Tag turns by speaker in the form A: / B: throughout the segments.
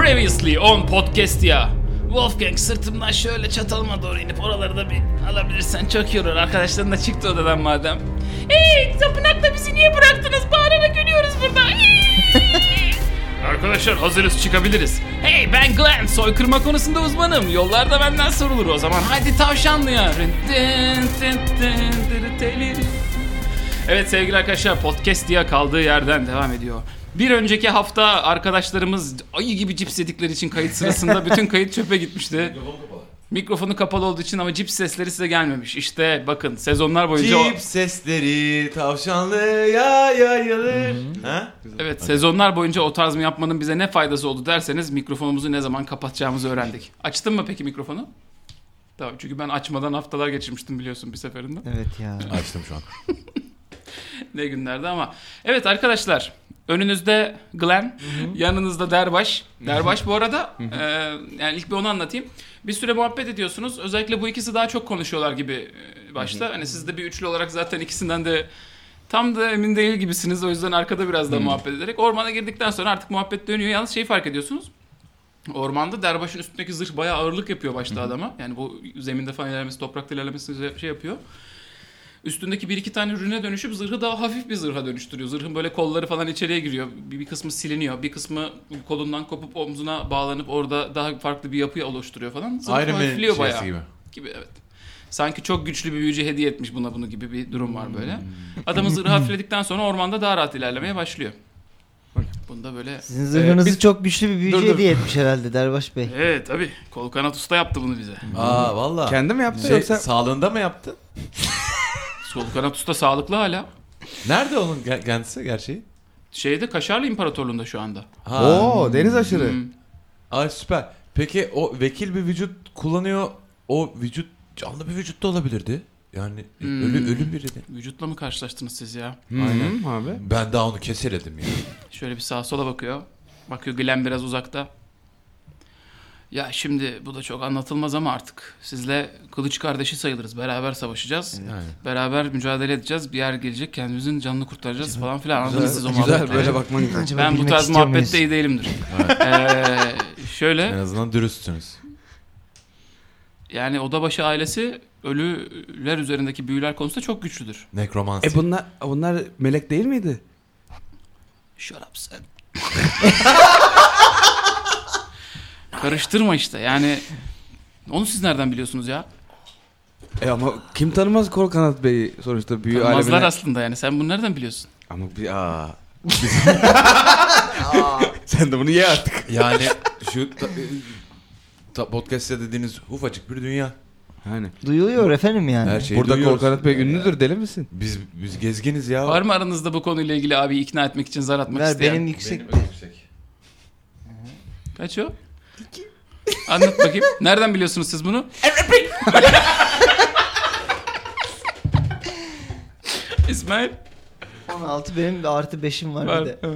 A: Previously on podcast ya. Wolfgang sırtımdan şöyle çatalıma doğru inip oraları da bir alabilirsen çok iyi olur. Arkadaşların da çıktı odadan madem. Tapınakta bizi niye bıraktınız? Bağırarak ölüyoruz burada. Arkadaşlar hazırız, çıkabiliriz. Hey, ben Glenn, soykırma konusunda uzmanım. Yollar da benden sorulur o zaman. Hadi tavşanlıya. Evet sevgili arkadaşlar, podcast diye kaldığı yerden devam ediyor. Bir önceki hafta arkadaşlarımız ayı gibi cips yedikleri için kayıt sırasında bütün kayıt çöpe gitmişti. Mikrofonu kapalı olduğu için ama cips sesleri size gelmemiş. İşte bakın sezonlar boyunca...
B: Cips sesleri tavşanlıya yayılır. Ha?
A: Evet, sezonlar boyunca o tarz mı yapmanın bize ne faydası oldu derseniz mikrofonumuzu ne zaman kapatacağımızı öğrendik. Açtın mı peki mikrofonu? Tamam, çünkü ben açmadan haftalar geçirmiştim biliyorsun bir seferinde.
C: Evet ya.
B: Açtım şu an.
A: Ne günlerde ama. Evet arkadaşlar, önünüzde Glenn, yanınızda Derbaş. Derbaş bu arada yani ilk bir onu anlatayım. Bir süre muhabbet ediyorsunuz. Özellikle bu ikisi daha çok konuşuyorlar gibi başta. Hani siz de bir üçlü olarak zaten ikisinden de tam da emin değil gibisiniz. O yüzden arkada biraz da muhabbet ederek. Ormana girdikten sonra artık muhabbet dönüyor. Yalnız şeyi fark ediyorsunuz. Ormanda Derbaş'ın üstündeki zırh bayağı ağırlık yapıyor başta adama. Yani bu zeminde falan ilerlemesi, toprakta ilerlemesi şey yapıyor. Üstündeki bir iki tane ürüne dönüşüp zırhı daha hafif bir zırha dönüştürüyor. Zırhın böyle kolları falan içeriye giriyor. Bir kısmı siliniyor. Bir kısmı kolundan kopup omzuna bağlanıp orada daha farklı bir yapı oluşturuyor falan. Zırh hafifliyor bayağı. Gibi evet. Sanki çok güçlü bir büyücü hediye etmiş buna bunu gibi bir durum var böyle. Adamın zırhı hafifledikten sonra ormanda daha rahat ilerlemeye başlıyor. Bunda böyle...
C: Sizin zırhınızı çok güçlü bir büyücü hediye etmiş herhalde Derbaş Bey.
A: Evet tabii. Kol kanat usta yaptı bunu bize.
B: Aa valla.
D: Kendi mi yaptı yoksa?
B: Sağlığında mı yaptı?
A: Kol kanat usta sağlıklı hala.
B: Nerede onun kendisi gerçeği?
A: Şeyde Kaşarlı İmparatorluğu'nda şu anda.
D: Oo, deniz aşırı.
B: Ay süper. Peki o vekil bir vücut kullanıyor. O vücut canlı bir vücut da olabilirdi. Yani ölü biriydi.
A: Vücutla mı karşılaştınız siz ya?
D: Aynen abi.
B: Ben daha onu keseledim ya.
A: Şöyle bir sağa sola bakıyor. Bakıyor Glenn biraz uzakta. Ya şimdi bu da çok anlatılmaz ama artık sizle kılıç kardeşi sayılırız. Beraber savaşacağız.
B: Yani.
A: Beraber mücadele edeceğiz. Bir yer gelecek kendimizin canını kurtaracağız falan filan. Anladınız siz o
D: Güzel,
A: muhabbetleri.
D: böyle bakman güzel.
A: Ben bu
C: bilmek
A: tarz
C: istiyor
A: muhabbette
C: muyuz?
A: iyi değilimdir. Şöyle
B: En azından dürüstsünüz.
A: yani Odabaşı ailesi ölüler üzerindeki büyüler konusunda çok güçlüdür.
B: Nekromansi.
D: Bunlar melek değil miydi?
A: Shut up sen. Karıştırma işte yani. Onu siz nereden biliyorsunuz ya?
D: Ama kim tanımaz Kol Kanat Bey'i sonuçta büyü
A: Tanımazlar
D: alemine.
A: aslında yani. Sen bunu nereden biliyorsun?
D: Ama sen de bunu ye artık.
B: Yani şu podcast'te dediğiniz ufacık bir dünya.
D: Yani.
C: Duyuluyor efendim yani.
B: Her şeyi
D: Burada Kol
B: duyuyoruz.
D: Kanat Bey ünlüdür, deli misin?
B: Biz gezginiz ya.
A: Var mı aranızda bu konuyla ilgili abi ikna etmek için zar atmak
C: Ver,
A: isteyen?
C: benim yüksek.
B: Benim yüksek.
A: Kaç o? Anlat bakayım. Nereden biliyorsunuz siz bunu? İsmail.
C: 16 benim de artı 5'im var,
A: Var.
C: bir de.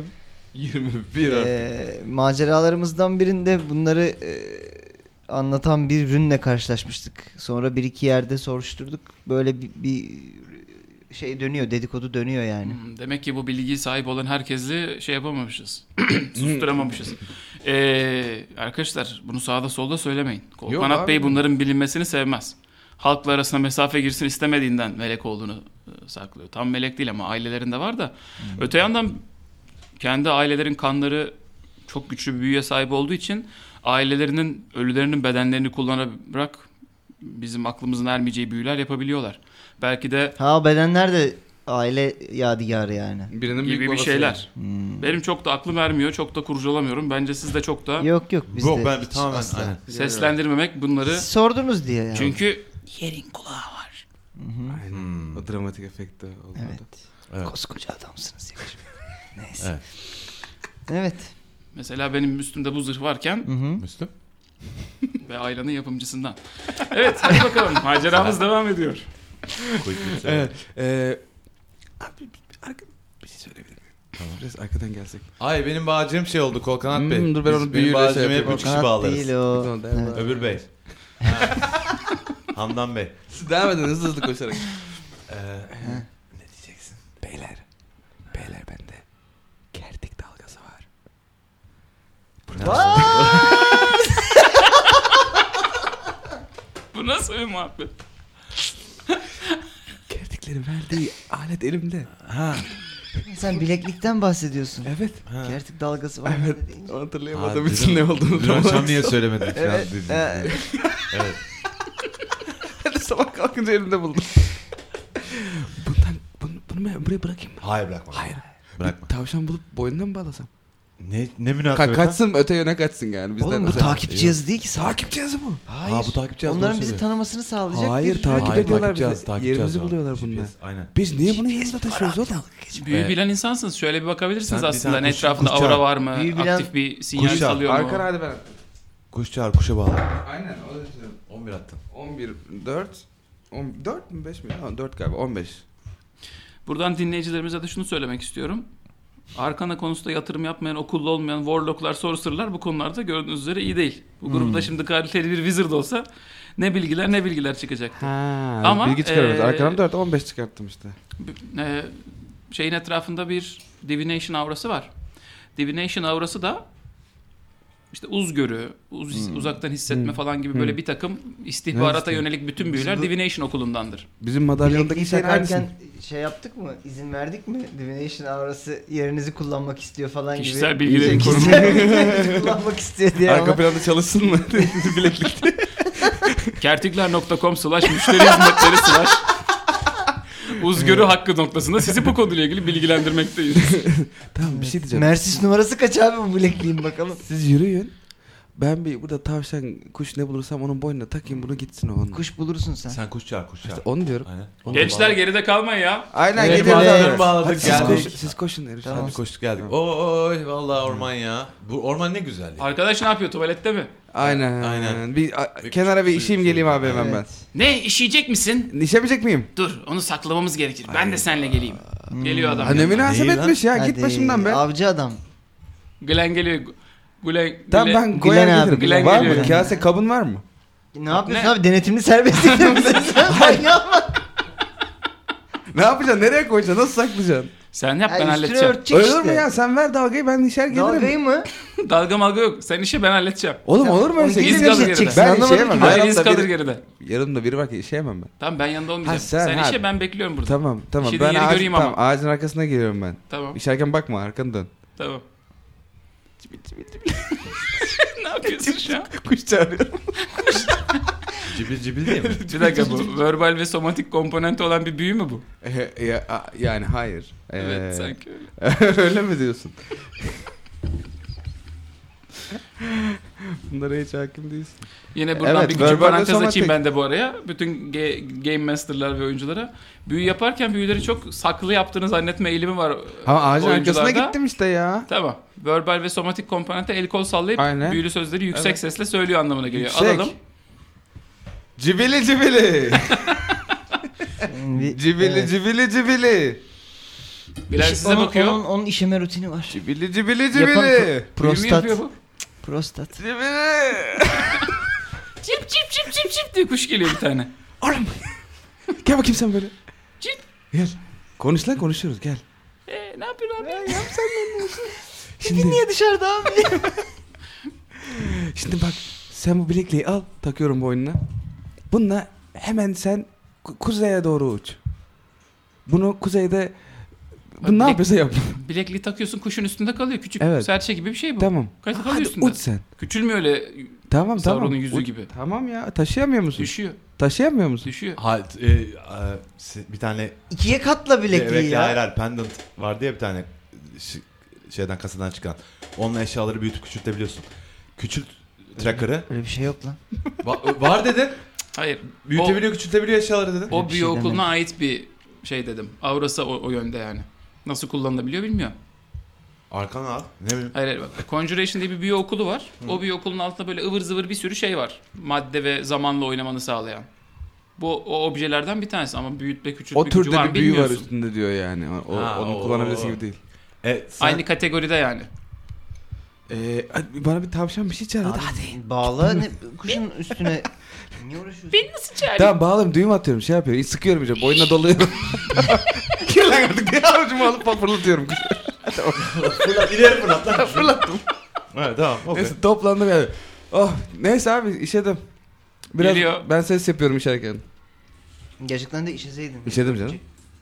D: 21
C: Maceralarımızdan birinde bunları anlatan bir ürünle karşılaşmıştık. Sonra bir iki yerde soruşturduk. Böyle bir şey dönüyor, dedikodu dönüyor yani.
A: Demek ki bu bilgiye sahip olan herkesi şey yapamamışız. Susturamamışız. Arkadaşlar bunu sağda solda söylemeyin. Kanat Bey bunların bilinmesini sevmez. Halkla arasına mesafe girsin istemediğinden melek olduğunu saklıyor. Tam melek değil ama ailelerinde var da. Öte yandan kendi ailelerin kanları çok güçlü bir büyüye sahip olduğu için ailelerinin ölülerinin bedenlerini kullanarak bizim aklımızın ermeyeceği büyüler yapabiliyorlar. Belki de
C: Bedenler de aile yadigarı yani.
D: Birinin
A: gibi bir
D: babası
A: şeyler. Benim çok da aklım ermiyor, çok da kurcalamıyorum. Bence siz de çok da
C: Yok biz
B: Yok
C: de
B: ben
C: hiç
B: tamamen
C: asla.
B: aynen.
A: seslendirmemek bunları.
C: Sordunuz diye yani.
A: Çünkü yerin kulağı var.
D: Aynen. O dramatik efekti oldu.
B: Evet.
C: Koskoca adamsınız yakışık. Neyse.
B: Evet.
C: Evet.
A: Mesela benim üstümde bu zırh varken
B: Müslüm.
A: ve Ayla'nın yapımcısından. Evet hadi bakalım maceramız devam ediyor.
D: Evet. Abi bir şey söyleyebilir miyim? Tamam. Biraz arkadan gelsek.
B: Ay benim bağcığım şey oldu Kol Kanat Bey.
D: Dur ben onu
B: Benim
D: büyüyle şey
B: bağcığımı hep
D: yapayım.
B: 3 kişi
C: Kanat
B: bağlarız.
C: değil o.
D: Evet.
B: Öbür bey. Hamdan Bey.
D: Siz devam edin hızlı koşarak. Ne diyeceksin? Beyler bende. Kertik dalgası var. Burada
A: Nasıl bir muhabbet?
D: Kertiklerin verdiği alet elimde.
B: Ha.
C: Sen bileklikten bahsediyorsun.
D: Evet.
B: Ha.
C: Kertik dalgası var.
D: Evet.
C: deyince.
D: Hatırlayamadım
B: Ha,
D: için ne olduğunu.
B: Dün akşam niye söylemedin? falan
C: Evet.
B: dedim.
C: Evet.
D: Ben de sabah kalkınca elimde buldum. Bunu ben buraya bırakayım mı?
B: Hayır bırakma.
D: Hayır.
B: Bırakma.
D: Tavşan bulup boynuna mı bağlasam?
B: Ne münasebet?
D: Kaçsın öte yöne kaçsın yani. Bizden
C: Oğlum bu
D: özel.
C: takip cihazı değil ki.
D: Takip cihazı bu.
C: Hayır.
B: Ha bu takip cihazı.
C: Onların
B: doğru
C: bizi
B: söylüyor.
C: tanımasını sağlayacak
D: Hayır,
C: bir
D: takip
B: Hayır,
D: ediyorlar
B: takip cihazı,
D: bizi.
B: takip
D: Yerimizi
B: cihazı.
D: buluyorlar bunlar.
B: GPS, aynen.
D: Biz niye bunu yanımızda taşıyoruz oğlum?
A: Büyü bilen insansınız. Şöyle bir bakabilirsiniz
B: Sen bir
A: aslında.
B: tane
A: Ne
B: kuş-
A: etrafında
B: kuş
A: aura
B: çağır.
A: var mı?
C: Büyü bilen-
A: Aktif bir sinyal
B: Kuş çağır.
A: salıyor mu?
D: Arkan hadi ben.
B: Kuş çağır kuşa bağla.
D: Aynen o da işte.
B: 11 attın.
D: 11, 4, 4 mü 5 mi? Ha, 4 galiba 15.
A: Buradan dinleyicilerimize de şunu söylemek istiyorum. Arkana konusunda yatırım yapmayan, okullu olmayan warlocklar, sorcerer'lar bu konularda gördüğünüz üzere iyi değil. Bu grupta şimdi kaliteli bir wizard olsa ne bilgiler çıkacaktı.
D: Ha,
A: Ama,
D: bilgi çıkarıyoruz.
A: e,
D: Arkadan 4, 15 çıkarttım işte.
A: Şeyin etrafında bir divination aurası var. Divination aurası da işte uzgörü, uzaktan hissetme falan gibi böyle bir takım istihbarata
D: işte.
A: yönelik bütün büyüler
D: Bizim bu-
A: Divination okulundandır.
D: Bizim madalyondaki
C: Bilekliği
D: şeyin aynısı.
C: takarken şey yaptık mı? İzin verdik mi? Divination aurası yerinizi kullanmak istiyor falan gibi.
A: Kişisel bilgilerin
C: Kişisel bilgilerinizi kullanmak istiyor diye
D: Arka
C: ama.
D: planda çalışsın mı? Bileklikte.
A: Kertikler.com/müşteri hizmetleri/ uzgörü hakkı noktasında sizi bu konuyla ilgili bilgilendirmekteyiz.
D: Tamam bir şey diyeceğim.
C: Mersis numarası kaç abi bu bilekliğin bakalım.
D: Siz yürüyün. Ben bir burada tavşan, kuş ne bulursam onun boynuna takayım bunu gitsin o onunla.
C: Kuş bulursun sen.
B: Sen kuş çağır kuş çağır.
D: İşte onu diyorum.
B: Aynen. Onu
A: Gençler
B: bağla.
A: geride kalmayın ya.
D: Aynen
C: Evet,
D: gidiyoruz
C: evet.
D: abi.
B: Bağladık,
D: Hadi siz,
B: geldik.
D: siz koşun herif.
C: Tamam.
B: Hadi koştuk geldik. Oy vallahi orman ya. Bu orman ne güzel ya.
A: Arkadaş ne yapıyor, tuvalette mi?
D: Aynen.
B: Aynen.
D: Kenara bir işeyim geleyim abi hemen
C: Evet.
A: Ne, işeyecek misin?
D: ben. İşemeyecek miyim?
A: Dur, onu saklamamız gerekir. Ben de seninle geleyim. Geliyor adam.
D: Ha ne
A: yanına.
D: münasebetmiş ya. Git
C: Hadi,
D: başımdan be.
C: Avcı adam.
A: Glenn geliyor.
D: Tamam ben
C: Gülen
D: koyar
C: abi,
D: gelirim.
A: Gülen
D: Var
A: geliyor.
D: mı? Kase kabın var mı?
C: Ne yapıyorsun
A: Ne?
C: abi? Denetimli serbestlikte misin sen? Manyak mı?
D: Ne yapacaksın? Nereye koyacaksın? Nasıl saklayacaksın?
A: Sen yap, ben
C: Yani üstüne
A: halledeceğim.
C: örtecek
D: Öyle
C: işte.
D: olur mu ya? Sen ver dalgayı ben işer gelirim.
C: Dalgayı mı?
A: Dalga malga yok. Sen işe, ben halledeceğim.
D: Oğlum
C: Sen
D: olur mu öyle
C: onu
D: şey?
A: geri
D: İzin
A: kalır
C: çekeceksin,
D: Ben
C: anlamadım
D: işeyemem.
C: ki.
A: Hayır, iz
D: Yanımda
A: kalır
D: biri,
A: geride.
D: yanımda biri var ki işeyemem ben.
A: Tamam, ben yanında olmayacağım.
D: Ha,
A: sen
D: ha.
A: işe, ben bekliyorum burada.
D: Tamam.
A: İşin
D: Ben
A: yeri göreyim ama.
D: tamam, ağacın arkasına geliyorum ben.
A: Tamam.
D: İşerken bakma arkanı dön.
A: Tamam. Ne yapıyorsun şu an?
D: Kuş çağırıyorum.
B: Cibil cibil değil mi?
A: Bir dakika, bu verbal ve somatik komponenti olan bir büyü mü bu?
D: Yani hayır.
A: Evet, sanki öyle.
D: Öyle mi diyorsun? Bunlara hiç hakim değilsin.
A: Yine buradan
D: Evet,
A: bir küçük
D: verbal ve
A: parantez
D: somatik.
A: açayım ben de bu araya. Bütün Game Master'lar ve oyunculara. Büyü yaparken büyüleri çok saklı yaptığını zannetme eğilimi var
D: Ama ağacın arkasına
A: oyuncularda.
D: gittim işte ya.
A: Tamam. Verbal ve somatik komponente el kol sallayıp
D: Aynen.
A: büyülü sözleri yüksek
D: Evet.
A: sesle söylüyor anlamına geliyor.
D: Yüksek.
A: Alalım.
D: Cibili cibili.
C: Bir-
D: Cibili
C: evet.
D: cibili cibili.
A: Bilal size
C: Onun-
A: bakıyor.
C: Onun işeme rutini var.
D: Cibili cibili
C: Yapan
D: cibili.
A: Büyü mü
C: prostat.
A: yapıyor bu?
C: Prostat.
D: Cibili.
A: Çip çip çip çip çip diye kuş geliyor bir tane.
D: Oğlum. Gel bakayım sen böyle.
A: Cip.
D: Gel. Konuş lan konuşuyoruz gel.
A: Ne yapıyorsun abi?
D: Şimdi,
C: Niye dışarıda abi?
D: şimdi bak sen bu bilekliği al takıyorum boynuna. Bununla hemen sen kuzeye doğru uç. Bunu kuzeyde bunu ne
A: Bilek-
D: yapıyorsa yap.
A: Bilekliği takıyorsun, kuşun üstünde kalıyor. Küçük
D: Evet.
A: serçe gibi bir şey bu.
D: Tamam.
A: Kalıyor
D: Hadi
A: üstünde.
D: uç sen.
A: Küçülmüyor öyle,
D: Tamam
A: Sauron'un
D: tamam.
A: yüzü
D: Uç.
A: gibi.
D: Tamam ya taşıyamıyor musun?
A: Düşüyor.
D: Taşıyamıyor musun?
A: Düşüyor.
B: Bir tane
C: İkiye katla bilekliği
B: Bekle,
C: ya.
B: hayır, pendant vardı ya bir tane şeyden kasadan çıkan. Onunla eşyaları büyütüp küçültebiliyorsun. Küçült tracker'ı.
C: Öyle bir şey yok lan.
B: Var dedin.
A: Hayır.
B: Büyütebiliyor, küçültebiliyor eşyaları dedin.
A: O
C: bir
A: büyü
C: şey
A: okuluna
C: demedim.
A: ait bir şey dedim. Aurası o yönde yani. Nasıl kullanılabiliyor bilmiyorum.
B: Arkana al. Ne bileyim.
A: Hayır bak. Conjuration diye bir büyü okulu var. O büyü okulunun altında böyle ıvır zıvır bir sürü şey var. Madde ve zamanla oynamanı sağlayan. Bu o objelerden bir tanesi ama büyütme küçültme
D: O
A: gücü var
D: türde
A: mı
D: bir büyü var
A: bilmiyorsun.
D: üstünde diyor yani.
B: Ha,
D: Onu
B: o-
D: kullanabilirsin
B: o-
D: gibi değil.
B: Sen,
A: Aynı kategoride yani.
D: Hadi bana bir tavşan bir şey çağır.
C: Abi,
D: Hadi.
C: bağla ne, kuşun üstüne. Niye uğraşıyorsun?
A: Beni nasıl çağırayım?
D: Tamam bağlayayım düğüm atıyorum şey yapıyor. Sıkıyorum iyice boynuna doluyorum. Gel lan artık diye avucumu alıp fırlatıyorum.
B: fırlat, ileri fırlat lan.
D: Fırlattım.
B: Evet tamam. Okay.
D: Neyse toplandım yani. Oh neyse abi işedim. Biraz
A: Geliyor.
D: ben ses yapıyorum içerken.
C: Gerçekten de işeseydin.
D: İşedim canım.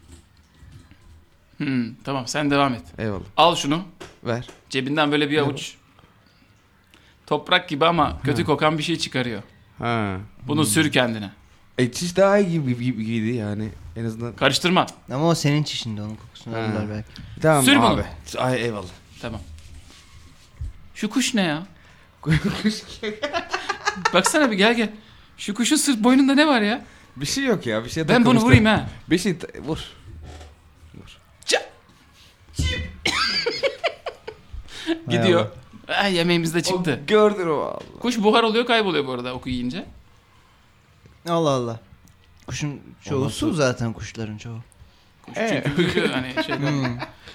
A: Tamam sen devam et.
D: Eyvallah.
A: Al şunu.
D: Ver.
A: Cebinden böyle bir avuç. Toprak gibi ama kötü kokan bir şey çıkarıyor.
D: Ha.
A: Bunu sür kendine.
D: Çiş daha iyi gibiydi yani. En azından.
A: Karıştırma.
C: Ama o senin çişinde, onun kokusunu
D: Ha.
C: alırlar belki.
D: Tamam
A: Sür bunu.
D: abi. Ay eyvallah.
A: Tamam. Şu kuş ne ya? Baksana bir gel. Şu kuşun sırt boynunda ne var ya?
D: Bir şey yok ya. Bir şey
A: Ben bunu
D: takılmıştı.
A: vurayım ha.
D: Bir şey vur.
A: Gidiyor. Ay, yemeğimiz de çıktı.
D: Gördün o Allah.
A: Kuş buhar oluyor, kayboluyor bu arada oku yiyince.
C: Allah Allah. Kuşun çoğu
B: Ondan
C: su
B: sonra-
C: zaten, kuşların çoğu.
A: Kuş çünkü büyülüyor hani şeyden.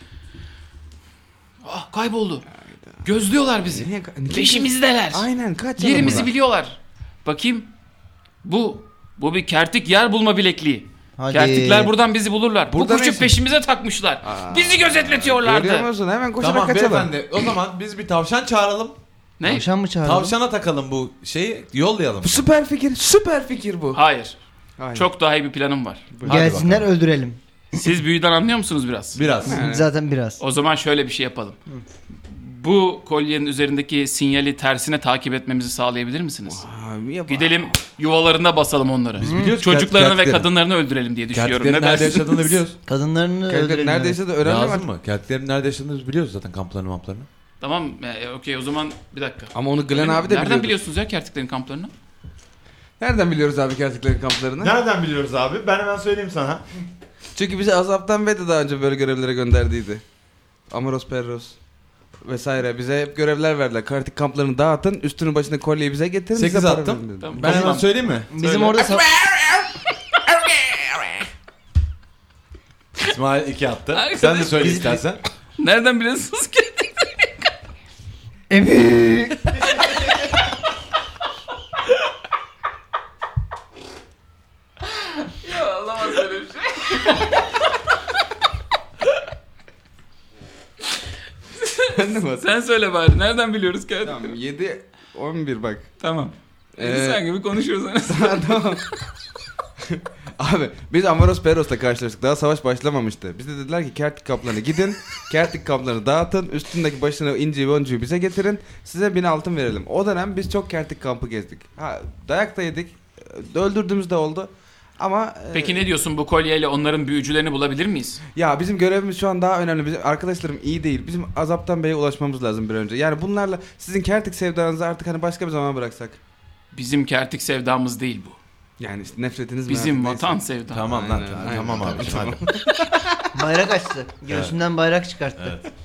A: Ah, kayboldu. Gözlüyorlar bizi.
D: Niye-
A: Peşimizdeler.
D: Aynen kaç
A: Yerimizi
D: yanımıza.
A: biliyorlar. Bakayım. Bu bir kertik yer bulma bilekliği.
C: Hadi.
A: Kertikler buradan bizi bulurlar.
D: Burada
A: bu kuşu
D: neyse.
A: peşimize takmışlar. Bizi gözetletiyorlardı.
D: Görüyor musun? Hemen koşarak
B: Tamam
D: kaçalım.
B: beyefendi. O zaman biz bir tavşan çağıralım.
A: Ne?
C: Tavşan mı çağırdın?
B: Tavşana takalım bu şeyi, yollayalım.
D: Bu süper fikir. Süper fikir bu.
A: Hayır.
D: Aynen.
A: Çok daha iyi bir planım var.
B: Hadi
C: Gelsinler,
B: bakalım.
C: öldürelim.
A: Siz büyüden anlıyor musunuz biraz?
B: Biraz.
D: Yani.
C: Zaten biraz.
A: O zaman şöyle bir şey yapalım. Bu kolyenin üzerindeki sinyali tersine takip etmemizi sağlayabilir misiniz?
D: Abi yap.
A: Gidelim yuvalarına basalım onları.
B: Biz biliyoruz
A: Çocuklarını ve
B: kertiklerin.
A: kadınlarını öldürelim diye düşünüyorum.
B: Kertiklerin
A: Ne
B: nerede
A: dersin?
B: yaşadığını biliyoruz.
C: Kadınlarını öldürelim.
D: Neredeyse de öğrenme var.
B: Lazım mı? Kertiklerin nerede yaşadığını biz biliyoruz zaten, kamplarını mamplarını.
A: Tamam, okey, o zaman bir dakika.
D: Ama onu Glenn abi de
A: Nereden
D: biliyordu.
A: biliyorsunuz ya kertiklerin kamplarını?
D: Nereden biliyoruz abi kertiklerin kamplarını?
E: Nereden biliyoruz abi? Ben hemen söyleyeyim sana.
D: Çünkü bizi Azap'tan ve de daha önce böyle görevlere gönderdiydi. Amoros Perros vesaire bize hep görevler verdiler. Kertik kamplarını dağıtın, üstünün başına kolyeyi bize getirin.
B: 8
D: bize para
B: attım.
D: verin dedi.
A: Tamam.
B: Ben hemen
A: Tamam.
B: söyleyeyim mi?
C: Bizim
A: Söyle.
C: orada
B: İsmail 2 attı.
A: Arkadaş,
B: Sen de söyle
A: biz-
B: istersen.
A: Nereden biliyorsunuz ki?
C: Emin.
A: Ya olamaz öyle bir şey.
D: Ben de mi?
A: Sen söyle bari. Nereden biliyoruz kertikleri?
D: Tamam 7 11 bak.
A: Tamam.
D: Ee,
A: Sen gibi konuşuyoruz.
D: Tamam. Abi biz Amoros Perros'la karşılaştık. Daha savaş başlamamıştı. Bize dediler ki kertik kamplarına gidin. Kertik kamplarını dağıtın. Üstündeki başına inciyi boncuğu bize getirin. Size 1000 altın verelim. O dönem biz çok kertik kampı gezdik. Ha, dayak da yedik. Öldürdüğümüz de oldu. Ama
A: Peki ne diyorsun, bu kolyeyle onların büyücülerini bulabilir miyiz?
D: ya bizim görevimiz şu an daha önemli. Bizim arkadaşlarım iyi değil. Bizim Azap'tan Bey'e ulaşmamız lazım bir önce. Yani bunlarla sizin kertik sevdanızı artık hani başka bir zaman bıraksak.
A: Bizim kertik sevdamız değil bu.
D: Yani işte nefretiniz
A: Bizim
D: neyse.
A: vatan sevdamız.
B: Tamam lan.
D: Aynen,
B: Tamam
D: aynen.
B: abi. Hadi.
C: Bayrak açtı. Göğsünden bayrak çıkarttı.
B: Evet.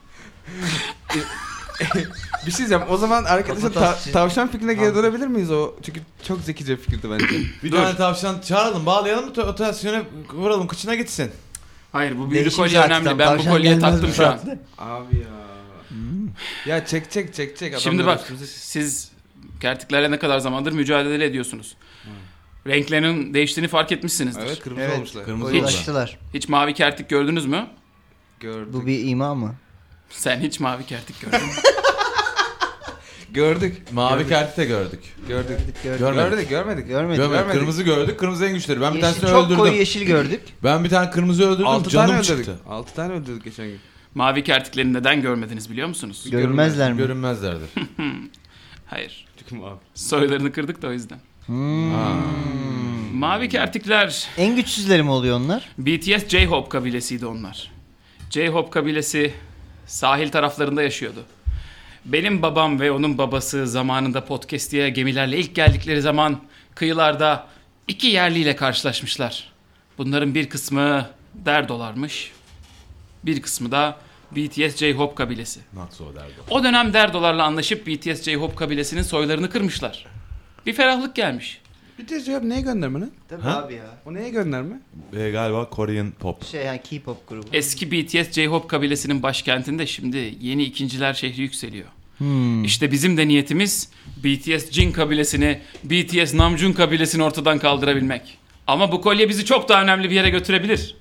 D: Bir şey diyeceğim. O zaman arkadaşlar
C: Kafa
D: tavşan fikrine geri dönebilir miyiz o? Çünkü çok zekice bir fikirdi bence.
B: Bir
A: Dur.
B: tane tavşan çağıralım, bağlayalım, rotasyona vuralım, kıçına gitsin.
A: Hayır, bu büyülü
C: Değişim
A: kolye
C: saati
A: önemli.
C: tam,
A: Ben bu
C: tavşan
A: kolyeye
C: gelmez
A: taktım
C: bu
A: şu an.
C: saatte.
D: Abi ya. Ya çek. Adamlar
A: Şimdi bak,
D: üstümüze-
A: siz kertiklerle ne kadar zamandır mücadele ediyorsunuz. Renklerinin değiştiğini fark etmişsinizdir.
D: Evet kırmızı
C: Evet.
D: olmuşlar.
B: Kırmızı
C: Koyulaştılar.
A: Hiç mavi kertik gördünüz mü?
D: Gördük.
C: Bu bir ima mı?
A: Sen hiç mavi kertik gördün mü?
D: Gördük.
B: Mavi kerti de gördük.
D: Gördük.
B: Görmedik.
D: Görmedik.
B: Görmedik. Kırmızı gördük. Kırmızı en güçleri. Ben bir
C: Yeşil,
B: tanesini
C: çok koyu
B: öldürdüm.
C: yeşil gördük.
B: Ben bir tane kırmızı öldürdüm.
D: 6
B: Canım
D: tane öldürdük.
B: çıktı.
D: 6 tane öldürdük geçen gün.
A: Mavi kertikleri neden görmediniz biliyor musunuz?
C: Görünmezler mi?
B: Görünmezlerdir.
A: Hayır.
D: Çünkü abi.
A: Soylarını kırdık da o yüzden.
B: Ha.
A: Mavi kertikler
C: En güçsüzleri mi oluyor onlar?
A: BTS J-Hope kabilesiydi onlar. J-Hope kabilesi sahil taraflarında yaşıyordu. Benim babam ve onun babası zamanında Podcast'ye gemilerle ilk geldikleri zaman kıyılarda iki yerliyle karşılaşmışlar. Bunların bir kısmı Derdolarmış. Bir kısmı da BTS J-Hope kabilesi.
B: Not so derdi.
A: O dönem Derdolarla anlaşıp BTS J-Hope kabilesinin soylarını kırmışlar. Bir ferahlık gelmiş.
D: Bir de cevap neye gönderme lan?
C: Tabii
B: Ha?
C: abi ya.
D: O neye gönderme?
B: Galiba Korean pop.
C: Yani K-pop grubu.
A: Eski BTS J-Hope kabilesinin başkentinde şimdi yeni ikinciler şehri yükseliyor.
C: Hmm.
A: İşte bizim de niyetimiz BTS Jin kabilesini, BTS Namjoon kabilesini ortadan kaldırabilmek. Ama bu kolye bizi çok daha önemli bir yere götürebilir.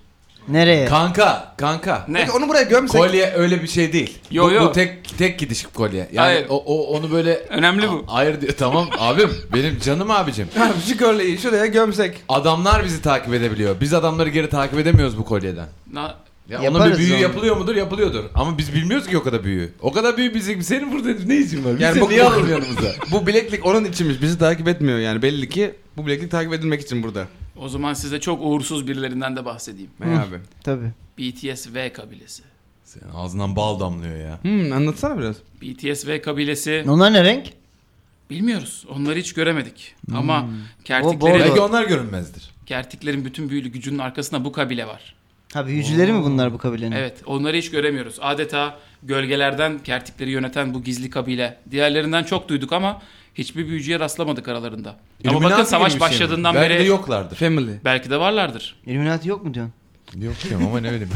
C: Nereye?
B: Kanka.
A: Ne?
D: Peki onu buraya gömsek.
B: Kolye öyle bir şey değil.
A: Yo, yo.
B: Bu tek gidiş kolye. Yani
A: Hayır.
B: onu böyle
A: Önemli bu.
B: Hayır diyor. Tamam abim. Benim canım abicim.
D: Abi şu kolyeyi şuraya gömsek.
B: Adamlar bizi takip edebiliyor. Biz adamları geri takip edemiyoruz bu kolyeden. Ya onun bir
C: Yaparız
B: büyüğü
C: onu.
B: yapılıyor mudur? Yapılıyordur. Ama biz bilmiyoruz ki o kadar büyüğü. O kadar büyük bizim. Senin burada ne işin var? Biz
D: Yani
B: seni
D: bu-
B: niye alalım yanımıza?
D: Bu bileklik onun içinmiş. Bizi takip etmiyor yani. Belli ki bu bileklik takip edilmek için burada.
A: O zaman size çok uğursuz birilerinden de bahsedeyim.
D: Ne abi?
C: Tabii.
A: BTS V kabilesi.
B: Senin ağzından bal damlıyor ya.
D: Anlatsana biraz.
A: BTS V kabilesi
C: Onlar ne renk?
A: bilmiyoruz. Onları hiç göremedik. Ama
C: O
A: kertiklerin,
B: Belki onlar görünmezdir.
A: kertiklerin bütün büyülü gücünün arkasında bu kabile var.
C: Ha büyücüleri mi bunlar bu kabilenin?
A: Evet, onları hiç göremiyoruz. Adeta gölgelerden kertikleri yöneten bu gizli kabile. Diğerlerinden çok duyduk ama hiçbir büyücüye rastlamadık aralarında. Ama
B: Illuminati
A: bakın savaş
B: gibi bir şey mi?
A: başladığından
B: Belki
A: beri
B: de yoklardır.
D: Family.
A: belki de varlardır.
C: Illuminati yok mu diyorsun?
B: Yok diyorum ama ne bileyim.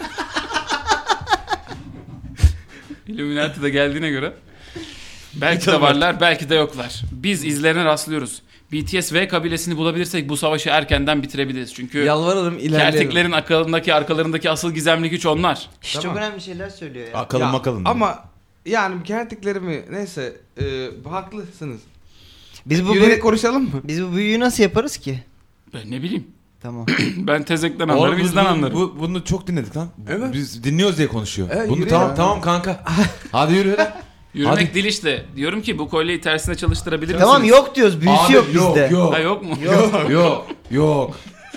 A: Illuminati de geldiğine göre belki de varlar, belki de yoklar. Biz izlerine rastlıyoruz. BTS V kabilesini bulabilirsek bu savaşı erkenden bitirebiliriz. Çünkü
D: Yalvarırım ilerleyelim.
A: kertiklerin arkalarındaki asıl gizemli güç onlar.
C: Çok önemli şeyler söylüyor ya.
B: Akalın makalın.
D: Ama yani kertiklerimi neyse haklısınız.
C: Biz bu
D: Yürüyerek konuşalım mı?
C: biz bu büyüyü nasıl yaparız ki?
A: Ben ne bileyim.
C: Tamam.
A: Ben tezekten anlarım, bizden anlarım.
B: Bunu çok dinledik lan.
D: Evet.
B: Biz dinliyoruz diye konuşuyor.
D: Evet,
B: Bunu
D: yürü
B: tamam
D: ya.
B: tamam kanka. Hadi yürü lan.
A: Yürümek
B: Hadi.
A: değil işte. Diyorum ki bu kolyeyi tersine çalıştırabilir
C: Tamam
A: misiniz?
C: yok diyoruz. Büyüsü
B: Abi,
C: yok bizde.
B: Yok
A: Ha, yok mu?
B: yok.
C: Yok.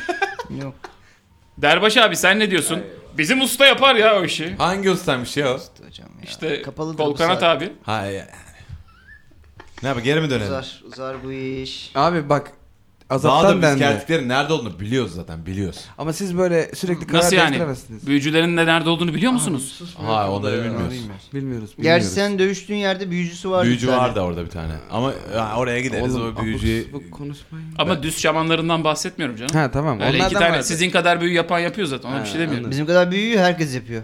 A: Derbaş abi sen ne diyorsun? Bizim usta yapar ya o işi.
B: Hangi ustaymış ya o?
C: Hocam ya.
A: İşte
C: Kapalıdır
A: kol
C: bu
A: kanat
C: saat.
A: abi.
B: Ha ya. Ne yapalım geri mi dönelim?
C: Uzar bu iş.
D: Abi bak
B: Daha
D: azaptan
B: da biz
D: dendi.
B: kertiklerin nerede olduğunu biliyoruz zaten biliyoruz.
D: Ama siz böyle sürekli karar
A: Nasıl yani?
D: değiştiremezsiniz.
A: Büyücülerin de nerede olduğunu biliyor musunuz?
B: Ha onları bilmiyoruz.
D: Bilmiyoruz.
C: Gerçi sen dövüştüğün yerde büyücüsü var.
B: Büyücü
C: bir tane.
B: var da orada bir tane. Ama ya, oraya gideriz
D: Oğlum,
B: o büyücüyü.
D: Bu konuşmayın.
A: Ama düz şamanlarından bahsetmiyorum canım.
D: Ha tamam.
A: Öyle iki
D: Onlardan
A: tane
D: vardı.
A: sizin kadar büyü yapan yapıyor zaten. Ona bir şey demiyorum.
D: anladım.
C: Bizim kadar büyüğü herkes yapıyor.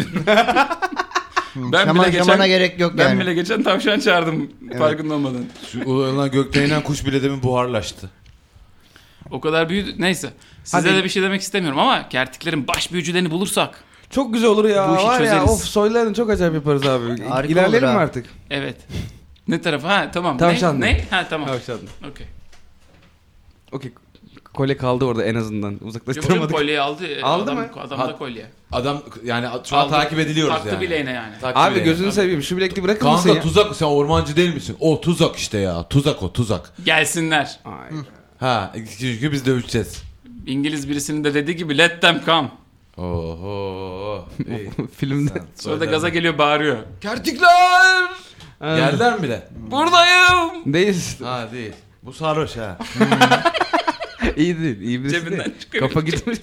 A: Ben
C: Şaman,
A: bile geçen-
C: şamana gerek yok
A: Ben
C: yani.
A: bile geçen tavşan çağırdım farkında olmadan.
B: Şu ulan gökten inen kuş bile demin buharlaştı.
A: O kadar büyüdü. Neyse. Size
D: Hadi.
A: de bir şey demek istemiyorum ama kertiklerin baş büyücülerini bulursak.
D: Çok güzel olur ya.
A: Bu işi
D: var ya
A: çözeriz.
D: of soylarını çok acayip yaparız abi.
C: Harika
D: İlerleyelim
C: olur
D: mi
C: ha.
D: artık?
A: Evet. Ne tarafı? Ha tamam.
D: Tavşan mı?
A: Ne? Ha tamam.
D: Tavşan.
A: Okey.
D: Okey. Kolye kaldı orada en azından.
A: Yok canım
D: Uzaklaştıramadık.
A: kolyeyi aldı.
D: Aldı
A: adam,
D: mı?
A: Adamda
B: Ha-
A: kolye.
B: Adam yani şu an
A: Aldı.
B: takip ediliyoruz
A: Taktı
B: yani.
A: bileğine yani.
B: Takip
D: Abi
B: bileğine.
D: gözünü seveyim şu bilekliği bırakır mısın
B: Kanka
D: ya?
B: tuzak sen ormancı değil misin? O tuzak işte ya. Tuzak o tuzak.
A: Gelsinler.
D: Ay.
B: Ha çünkü biz dövüşeceğiz.
A: İngiliz birisinin de dediği gibi let them come.
B: Oho. Ey,
D: Filmde.
B: sen
A: Sonra da
B: söyle.
A: gaza geliyor bağırıyor.
B: Kertikler! Geldiler mi bile?
A: Buradayım.
D: Değil.
B: Ha değil. Bu sarhoş ha.
D: İyi değil. İyi birisi
A: Cebinden
D: değil.
A: çıkarıyor.
D: Kafa gitmiş.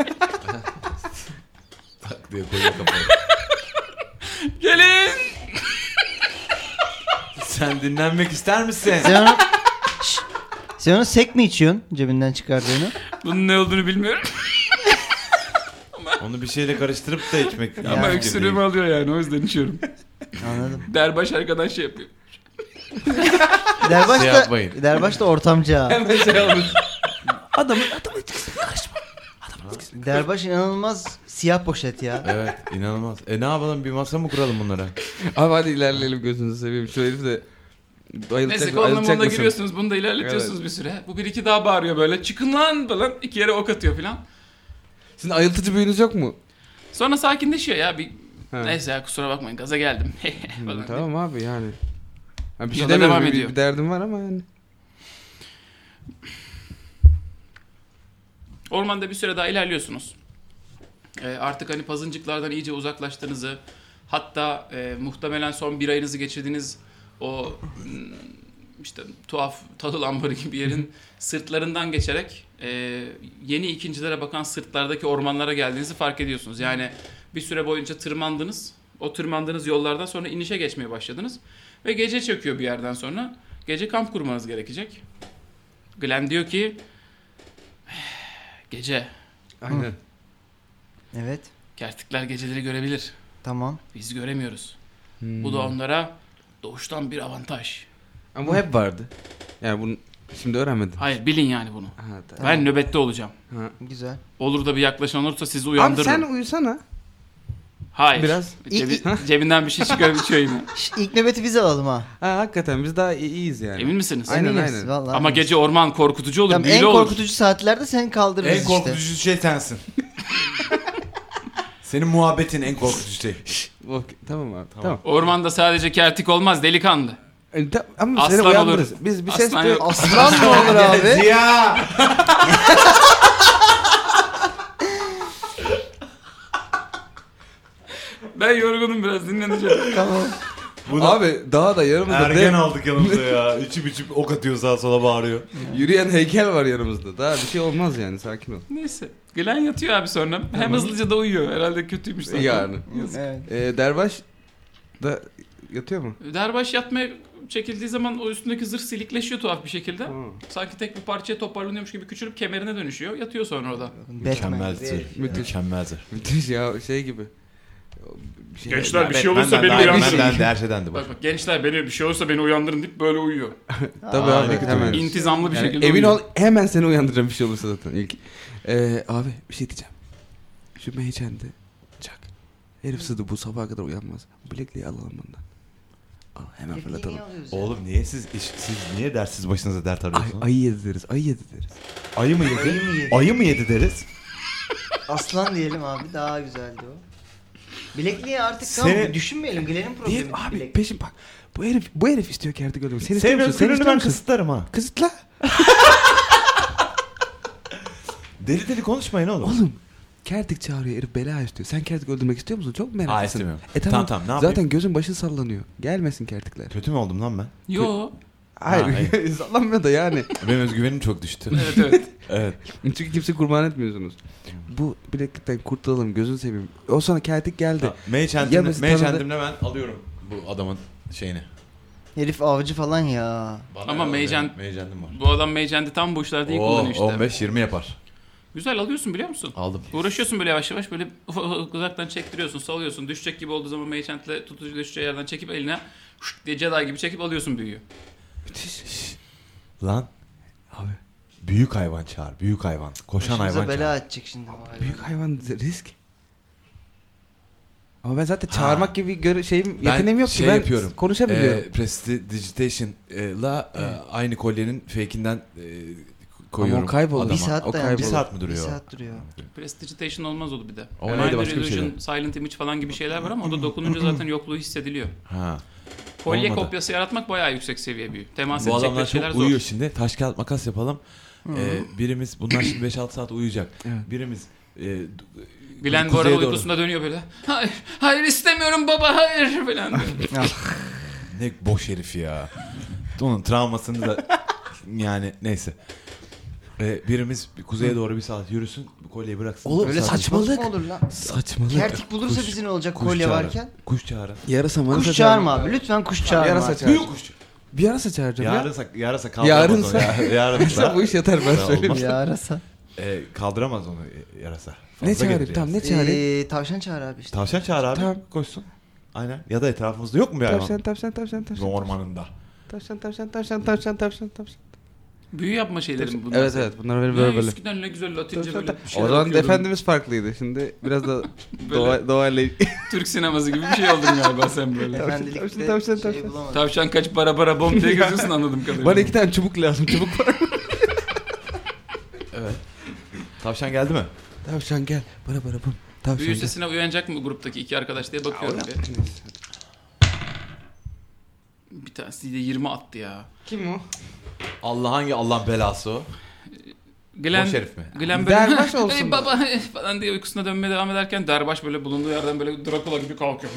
B: Tak diye koyuyor kafayı.
A: Gelin.
B: Sen dinlenmek ister misin?
C: Sen onu... Şşş! Sen onu sek mi içiyorsun cebinden çıkardığını?
A: Bunun ne olduğunu bilmiyorum.
B: Onu bir şeyle karıştırıp da içmek.
A: Ama
B: fikir
A: öksürüğümü
B: değil.
A: alıyor yani o yüzden içiyorum.
C: Anladım.
A: Derbaş arkadan şey yapıyor.
C: Derbaş
B: Şey
C: da,
B: yapmayın.
C: Derbaş da ortamcı ha.
D: Hemen şey olmuş.
C: Derbaş inanılmaz siyah poşet ya.
B: Evet inanılmaz. Ne yapalım bir masa mı kuralım bunlara?
D: Abi hadi ilerleyelim gözünüzü seveyim. Şu herif de
A: Neyse koluna moluna
D: mısın?
A: giriyorsunuz bunu da ilerletiyorsunuz bir süre. Bu bir iki daha bağırıyor böyle çıkın lan falan. İki yere ok atıyor falan.
D: Sizin ayıltıcı büyünüz yok mu?
A: Sonra sakinleşiyor ya.
D: Ha.
A: Neyse ya kusura bakmayın gaza geldim. falan.
D: Tamam abi yani. Ha, bir şey
A: Yola
D: demiyorum.
A: devam
D: Bir,
A: ediyor.
D: bir derdim var ama yani.
A: Ormanda bir süre daha ilerliyorsunuz. Artık hani pazıncıklardan iyice uzaklaştığınızı, hatta muhtemelen son bir ayınızı geçirdiğiniz o işte tuhaf tahıl ambarı gibi yerin sırtlarından geçerek yeni ikincilere bakan sırtlardaki ormanlara geldiğinizi fark ediyorsunuz. Yani bir süre boyunca tırmandınız. O tırmandığınız yollardan sonra inişe geçmeye başladınız. Ve gece çöküyor bir yerden sonra. Gece kamp kurmanız gerekecek. Glenn diyor ki gece.
D: Aynen.
C: Evet.
A: Kertikler geceleri görebilir.
C: Tamam.
A: Biz göremiyoruz.
D: Hmm.
A: Bu da onlara doğuştan bir avantaj.
D: Ama bu hep vardı. Yani bunun Şimdi öğrenmedin.
A: Hayır bilin yani bunu.
D: Ha,
A: Ben nöbette olacağım.
D: Ha.
C: Güzel.
A: Olur da bir yaklaşan olursa sizi
D: Abi
A: uyandırırım.
D: sen uyusana.
A: Hayır.
D: Biraz.
A: Cebinden bir şey çıkarıp içiyor yine.
C: İlk nöbeti biz alalım ha.
D: Ha, hakikaten biz daha iyiyiz yani.
A: Emin misiniz?
D: Aynen,
C: Eminiz,
D: aynen.
C: vallahi
A: Ama
C: eminiz.
A: gece orman korkutucu olur,
C: Tamam,
A: büyülü
C: en
A: olur.
C: korkutucu saatlerde seni kaldırırız
B: En korkutucu şey sensin. Senin muhabbetin en korkutucu şey.
D: Okey, tamam abi. Tamam.
A: Ormanda sadece kertik olmaz, delikanlı.
D: Ama
A: Aslan
D: seni
A: olur.
D: uyandırırız. Biz bir ses
A: Aslan
D: duy-
A: yok.
C: Aslan mı olur abi?
B: Ya.
A: Ben yorgunum biraz, dinleneceğim.
C: Tamam.
D: Abi daha da yanımızda
E: Ergen aldık yanımıza ya. İçip ok atıyor sağa sola bağırıyor.
D: yürüyen heykel var yanımızda. Daha bir şey olmaz yani, sakin ol.
A: Neyse. Glen yatıyor abi sonra. Hem hızlıca da uyuyor. Herhalde kötüymüş zaten.
D: Yani.
C: Evet.
D: Derbaş da yatıyor mu?
A: Derbaş yatmaya çekildiği zaman o üstündeki zırh silikleşiyor tuhaf bir şekilde.
D: Ha.
A: Sanki tek bir parçaya toparlanıyormuş gibi küçülüp kemerine dönüşüyor. Yatıyor sonra orada.
B: Mükemmeldir.
D: Müthiş.
B: Mükemmeldir.
D: Müthiş ya, şey gibi. Bir şey-
A: Gençler bir şey olursa beni
B: Batman
A: uyandırın.
B: dendi, her şeydendi bu.
A: Bak gençler beni bir şey olursa beni uyandırın deyip böyle uyuyor.
D: Tabii
B: Aa,
D: abi,
B: ne kötü
D: hemen.
B: uyuyor.
A: İntizamlı bir
D: Yani
A: şekilde
D: emin
A: uyuyor.
D: ol, hemen seni uyandıracağım bir şey olursa zaten ilk. Abi bir şey diyeceğim. Şu Meyçen'de çak. Herif sızdı, bu sabaha kadar uyanmaz. Bilekliği alalım bundan. Al, hemen fırlatalım.
B: Oğlum niye siz niye dersiz başınıza dert arıyorsunuz?
D: Ayı yedi deriz, ayı yedi deriz.
B: Ayı mı yedi?
C: Ayı mı yedi?
B: Ayı mı yedi deriz?
C: Aslan diyelim abi, daha güzeldi o. Bilekliği artık
B: Seni-
C: tamam düşünmeyelim. Gelenin problemi.
D: Değil abi,
C: bilek.
D: peşin bak. Bu herif istiyor kertik öldürmeyi. Sen istiyor
B: Senin
D: musun? Sen
B: ömrünü
D: istiyor
B: ben
D: musun?
B: kısıtlarım ha.
D: Kısıtla.
B: Deli deli konuşmayın oğlum.
D: Oğlum. Kertik çağırıyor, herif bela istiyor. Sen kertik öldürmek istiyor musun? Çok meraklısın.
B: Aa, istemiyorum.
D: Tamam,
B: Tamam, ne yapayım?
D: zaten gözün başın sallanıyor. Gelmesin kertikler.
B: Kötü mü oldum lan ben?
A: Yo.
D: Hayır, sallanmıyor da yani.
B: Benim özgüvenim çok düştü.
A: Evet evet.
B: Evet.
D: Çünkü kimse kurban etmiyorsunuz. Bu bileklikten kurtulalım, gözünü seveyim. O sonra kertik geldi.
B: Mage
D: Ya biz tanıdık-
B: Handim'le ben alıyorum bu adamın şeyini.
C: Herif avcı falan ya.
A: Ama Mage Hand-
B: Mage Hand'im var.
A: Bu adam Mage'ndi tam bu işlerde iyi kullanıyor işte.
B: 15-20 yapar.
A: Güzel alıyorsun biliyor musun?
B: Aldım.
A: Uğraşıyorsun böyle yavaş yavaş böyle uzaktan çektiriyorsun, salıyorsun. Düşecek gibi olduğu zaman Mage Hand'le tutucu düşeceği yerden çekip eline şşt diye Jedi gibi çekip alıyorsun büyüyü.
B: Lan.
D: Abi.
B: Büyük hayvan çağır. Büyük hayvan. Koşan
C: Başımıza
B: hayvan
C: bela
B: çağır.
C: edecek şimdi bu hayvan.
D: Büyük hayvan risk. Ama ben zaten çağırmak gibi yeteneğim yok ki.
B: şey
D: Ben
B: yapıyorum.
D: konuşabiliyorum.
B: Prestidigitation'la aynı kolyenin fake'inden koyuyorum.
D: Ama o kayboldu.
B: adama.
C: Bir saat
D: o
C: dayandı.
B: Bir
D: kaybolur.
B: saat mi duruyor?
C: Bir saat duruyor.
A: Prestidigitation olmaz o bir de.
B: O neydi,
A: Mind
B: başka bir
A: Illusion,
B: şeydi.
A: Silent Image falan gibi şeyler var ama o da dokununca zaten yokluğu hissediliyor.
B: Ha.
A: Kolye
B: Olmadı.
A: kopyası yaratmak bayağı yüksek seviye büyü. Temas
B: Bu
A: edecekleri
B: adamlar
A: şeyler
B: çok
A: zor.
B: uyuyor şimdi. Taş kağıt makas yapalım. Birimiz bunlar şimdi 5-6 saat uyuyacak.
D: Evet.
B: Birimiz
A: Glen bu
B: kuzeye
A: arada
B: doğru.
A: uykusunda dönüyor böyle. Hayır, hayır istemiyorum baba, hayır falan diyor.
B: Ne boş herif ya. Onun travmasını da yani neyse. Birimiz kuzeye doğru bir saat yürüsün. Bu kolyeyi bıraksın.
D: Oğlum,
B: Bir
D: öyle
B: saat-
D: saçmalık.
C: Mı olur lan?
D: Saçmalık.
C: Kertik bulursa
B: Kuş-
C: bizi ne olacak
B: kuş
C: kolye
B: çağırın.
C: varken?
B: Kuş çağırın.
D: Yarasa marasa
C: Kuş çağırma abi. Lütfen kuş çağırma.
D: Yarasa çağır.
B: Büyük kuş.
D: Bir yarasa çağıracağım ya.
B: Yarasa kaldıramaz
D: Yarınsa-
B: onu. Yarınsa.
D: Bu iş yeter, ben
B: Olmaz.
D: söyleyeyim.
C: Yarasa.
B: Kaldıramaz onu yarasa.
D: Ne
B: Fazla
D: çağırayım?
B: gelir
D: Tamam,
B: yarasa.
D: ne çağırayım?
C: Tavşan çağır abi işte.
B: Tavşan çağır abi.
D: Tamam.
B: Koşsun. Aynen. Ya da etrafımızda yok mu bir hayvan?
D: Tavşan.
B: Ormanında.
D: Tavşan.
A: Büyü yapma şeyleri mi bunlar?
D: Evet, bunlar benim
A: Ya
D: böyle.
A: eskiden ne güzel Latince böyle bir
D: O
A: şeyler
D: zaman
A: okuyordum.
D: Efendimiz farklıydı. Şimdi biraz da
A: Böyle
D: doğayla...
A: Türk sineması gibi bir şey oldun galiba sen böyle.
C: Efendilikte
D: tavşan.
C: şey bulamadım.
A: Tavşan kaç para bom diye geziyorsun anladım kadarıyla.
D: Bana 2 tane çubuk lazım. Çubuk var.
B: Evet. Tavşan geldi mi?
D: Tavşan gel. Bana bum. Tavşan
A: Büyü
D: gel.
A: sesine uyanacak mı gruptaki iki arkadaş diye bakıyorum bir. Bir tanesi de 20 attı ya.
D: Kim o?
B: Hangi Allah'ın belası o?
A: Glen,
B: Boş herif mi?
A: Glen böyle
D: Derbaş olsun
A: "Hey
D: mu?"
A: baba falan diye uykusuna dönmeye devam ederken Derbaş böyle bulunduğu yerden böyle Dracula gibi kalkıyor.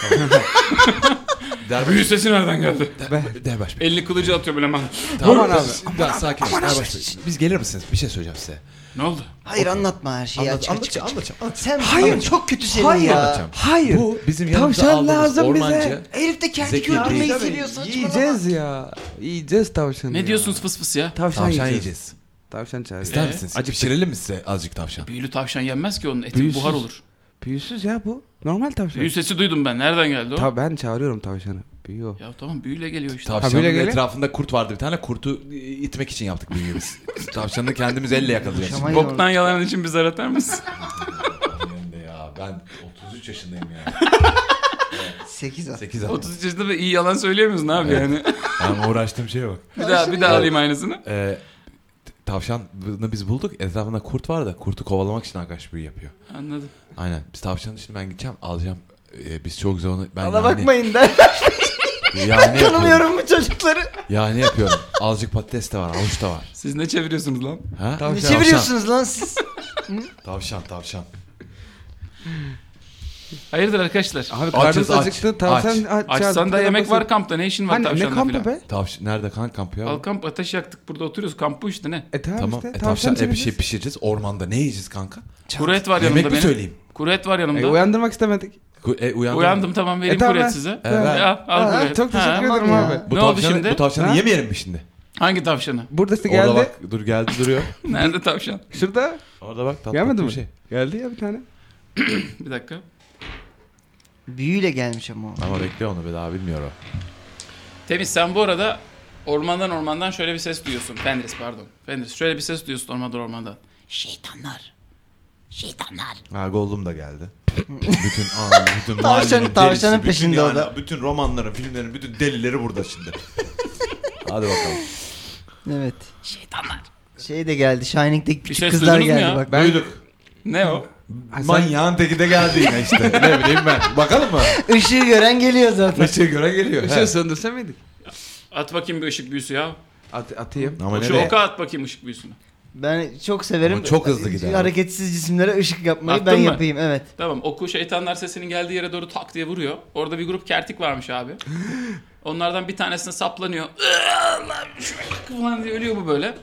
A: Büyü sesi nereden geldi?
B: Derbaş Bey.
A: Elini kılıcı atıyor böyle hemen.
D: Aman abi.
B: Biraz sakin olun. Derbaş Bey. Biz gelir misiniz? Bir şey söyleyeceğim size.
A: Ne oldu?
C: Hayır anlatma her şeyi.
B: Anlatacağım.
C: Sen
D: Hayır.
C: çok kötü senin
D: Hayır.
C: ya.
B: Anlatacağım.
D: Hayır.
B: Bu bizim yanımıza
D: Tavşan
B: aldığımız
D: lazım bize.
B: ormancı.
C: Herif de kertik
B: Zeki
C: öldürmeyi
B: değil.
C: seviyor saçmalama.
D: Yiyeceğiz ya. Yiyeceğiz tavşanı.
A: Ne
D: ya.
A: diyorsunuz fıs fıs ya?
D: Tavşan
B: Tavşan
D: yiyeceğiz.
B: yiyeceğiz.
D: Tavşan çağır.
B: İster misiniz? Pişirelim mi size azıcık tavşan?
A: Büyülü tavşan yenmez ki onun eti
D: Büyüsüz.
A: buhar olur.
D: Büyüsüz ya bu. Normal tavşan.
A: Büyü sesi duydum ben. Nereden geldi o?
D: Ben çağırıyorum tavşanı. Büyü o.
A: Ya tamam büyüyle geliyor işte.
B: Tavşanın
D: böyle geliyor.
B: etrafında kurt vardı bir tane. Kurtu itmek için yaptık büyüyü biz. Tavşanı kendimiz elle yakalayacağız.
C: Şamay-
A: Boktan yalan için bize atar mısın?
B: Ya ben 33 yaşındayım ya.
C: 8 at.
B: 8
A: 33 yaşında ve iyi yalan söyleyemiyorsun abi yani.
B: Ama uğraştığım şeye bak.
A: Bir daha alayım aynısını.
B: Tavşanı biz bulduk. Etrafında kurt var da kurtu kovalamak için arkadaş büyü yapıyor.
A: Anladım.
B: Aynen. Biz tavşanın şimdi ben gideceğim alacağım. Biz çok güzel onu... Ben
C: Bana bakmayın der.
B: Yani yapıyorum.
C: Tanımıyorum bu çocukları.
B: Yani yapıyorum. Azıcık patates de var, havuç da var.
A: Siz ne çeviriyorsunuz lan?
B: Ha?
C: Ne çeviriyorsunuz lan siz?
B: Tavşan.
A: Hayırdır arkadaşlar?
D: Abi
B: Açız,
D: karnımız acıktı. Tavşan
A: Açsan da yemek var kampta. Ne işin var
D: Hani ne
A: tavşanla
D: kampı
A: falan?
D: be?
B: Nerede kampı ya?
A: Al kamp ateş yaktık burada oturuyoruz. Kamp bu işte ne?
D: Tamam
B: Tamam.
D: işte.
B: Tavşan bir şey
D: çevireceğiz.
B: pişireceğiz. Ormanda ne yiyeceğiz kanka?
A: Kuru et var
B: Yemek
A: yanımda
B: mi
A: benim.
B: söyleyeyim?
A: Kuru et var yanımda.
D: Uyandırmak istemedik.
B: Uyandım.
A: Tamam vereyim
D: tamam,
A: kuru
D: ver.
A: et size.
B: Evet.
A: Al kuru et.
D: Çok teşekkür
A: Ha.
D: ederim
C: ya.
D: abi.
B: Bu
A: Ne oldu
B: tavşanı,
A: şimdi?
B: Bu tavşanı
D: Ha?
B: yemeyelim mi şimdi?
A: Hangi tavşanı?
D: Burada işte
B: Orada
D: geldi.
B: bak. Dur geldi duruyor.
A: Nerede tavşan?
D: Şurada.
B: Orada bak. Tatlı
D: Gelmedi
B: bir
D: mi?
B: şey.
D: Geldi ya bir tane.
A: Bir dakika.
C: Büyüyle gelmiş ama o.
B: Ama bekle onu bir daha bilmiyor o.
A: Temiz sen bu arada ormandan şöyle bir ses duyuyorsun. Fenris şöyle bir ses duyuyorsun ormandan. Şeytanlar.
B: Ha Gollum da geldi. bütün mahallenin
C: Tavşanın
B: delisi,
C: peşinde
B: bütün
C: o da.
B: Bütün romanların, filmlerin, bütün delileri burada şimdi. Hadi bakalım.
C: Evet. Şey de geldi. Shining'deki küçük
A: ses
C: kızlar
A: duydunuz mu
C: geldi
A: ya?
C: bak.
B: Duyduk.
A: Ne o?
B: Manyağın teki de geldi yine işte. Ne bileyim ben. Bakalım mı?
C: Işığı gören geliyor zaten.
B: Işığı göre geliyor.
D: Işığı söndürse miydik?
A: At bakayım bir ışık büyüsü ya.
D: Atayım.
B: Ama
A: Şu
B: nereye?
A: oka at bakayım ışık büyüsünü.
C: Ben çok severim.
B: Ama çok hızlı gider.
C: Hareketsiz cisimlere ışık yapmayı
A: Attın
C: ben
A: mı?
C: yapayım evet.
A: Tamam oku şeytanlar sesinin geldiği yere doğru tak diye vuruyor. Orada bir grup kertik varmış abi. Onlardan bir tanesine saplanıyor. Falan diye ölüyor bu böyle.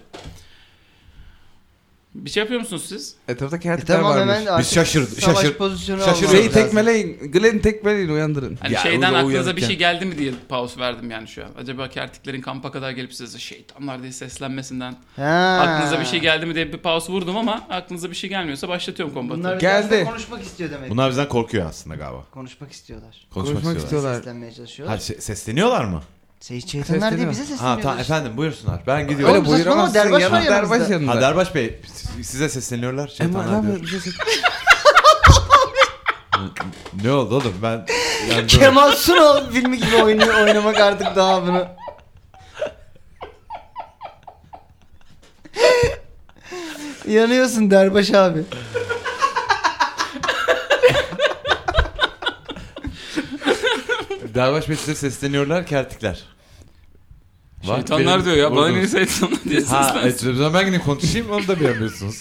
A: Bir şey yapıyor musunuz siz?
D: Etrafta kertikler
C: Tamam
D: varmış.
C: hemen artık
B: şaşırdık,
C: savaş
B: şaşır-
C: pozisyonu
B: şaşırıyoruz.
C: almamız
D: Şeyi
C: lazım.
D: tekmeleyin. Glenn'i tekmeleyin uyandırın.
A: Hani
B: Ya,
A: şeyden
B: o
A: aklınıza
B: uyanıkken.
A: bir şey geldi mi diye pause verdim yani şu an. Acaba kertiklerin kampa kadar gelip size şeytanlar diye seslenmesinden
C: Ha.
A: aklınıza bir şey geldi mi diye bir pause vurdum ama aklınıza bir şey gelmiyorsa başlatıyorum kombatı.
C: Bunlar
D: Geldi.
C: geldi. Konuşmak istiyor demek.
B: Bunlar bizden korkuyor aslında galiba.
C: Konuşmak istiyorlar.
B: Konuşmak istiyorlar.
C: Seslenmeye çalışıyorlar.
B: Ha sesleniyorlar mı?
C: Şeytanlar diye bize
B: Ha
C: sesleniyorlar.
B: tamam efendim buyursunlar. Ben
C: Öyle
B: gidiyorum.
C: bu- buyuramazsın, Derbaş var yanımızda.
D: Derbaş yanında.
B: Ha Derbaş Bey size sesleniyorlar. Şeytanlar diyor. Ne oldu oğlum ben yani
C: Kemal Sunal filmi gibi oynamak artık daha bunu. Yanıyorsun Derbaş abi.
B: Derbaş Bey size sesleniyorlar kertikler. Var,
A: Şeytanlar
B: benim
A: diyor ya. Bana niye
B: vurdunuz.
A: şeytanlar diye
B: Ha
A: seslensin.
B: o zaman ben yine konuşayım onu da bilmiyorsunuz.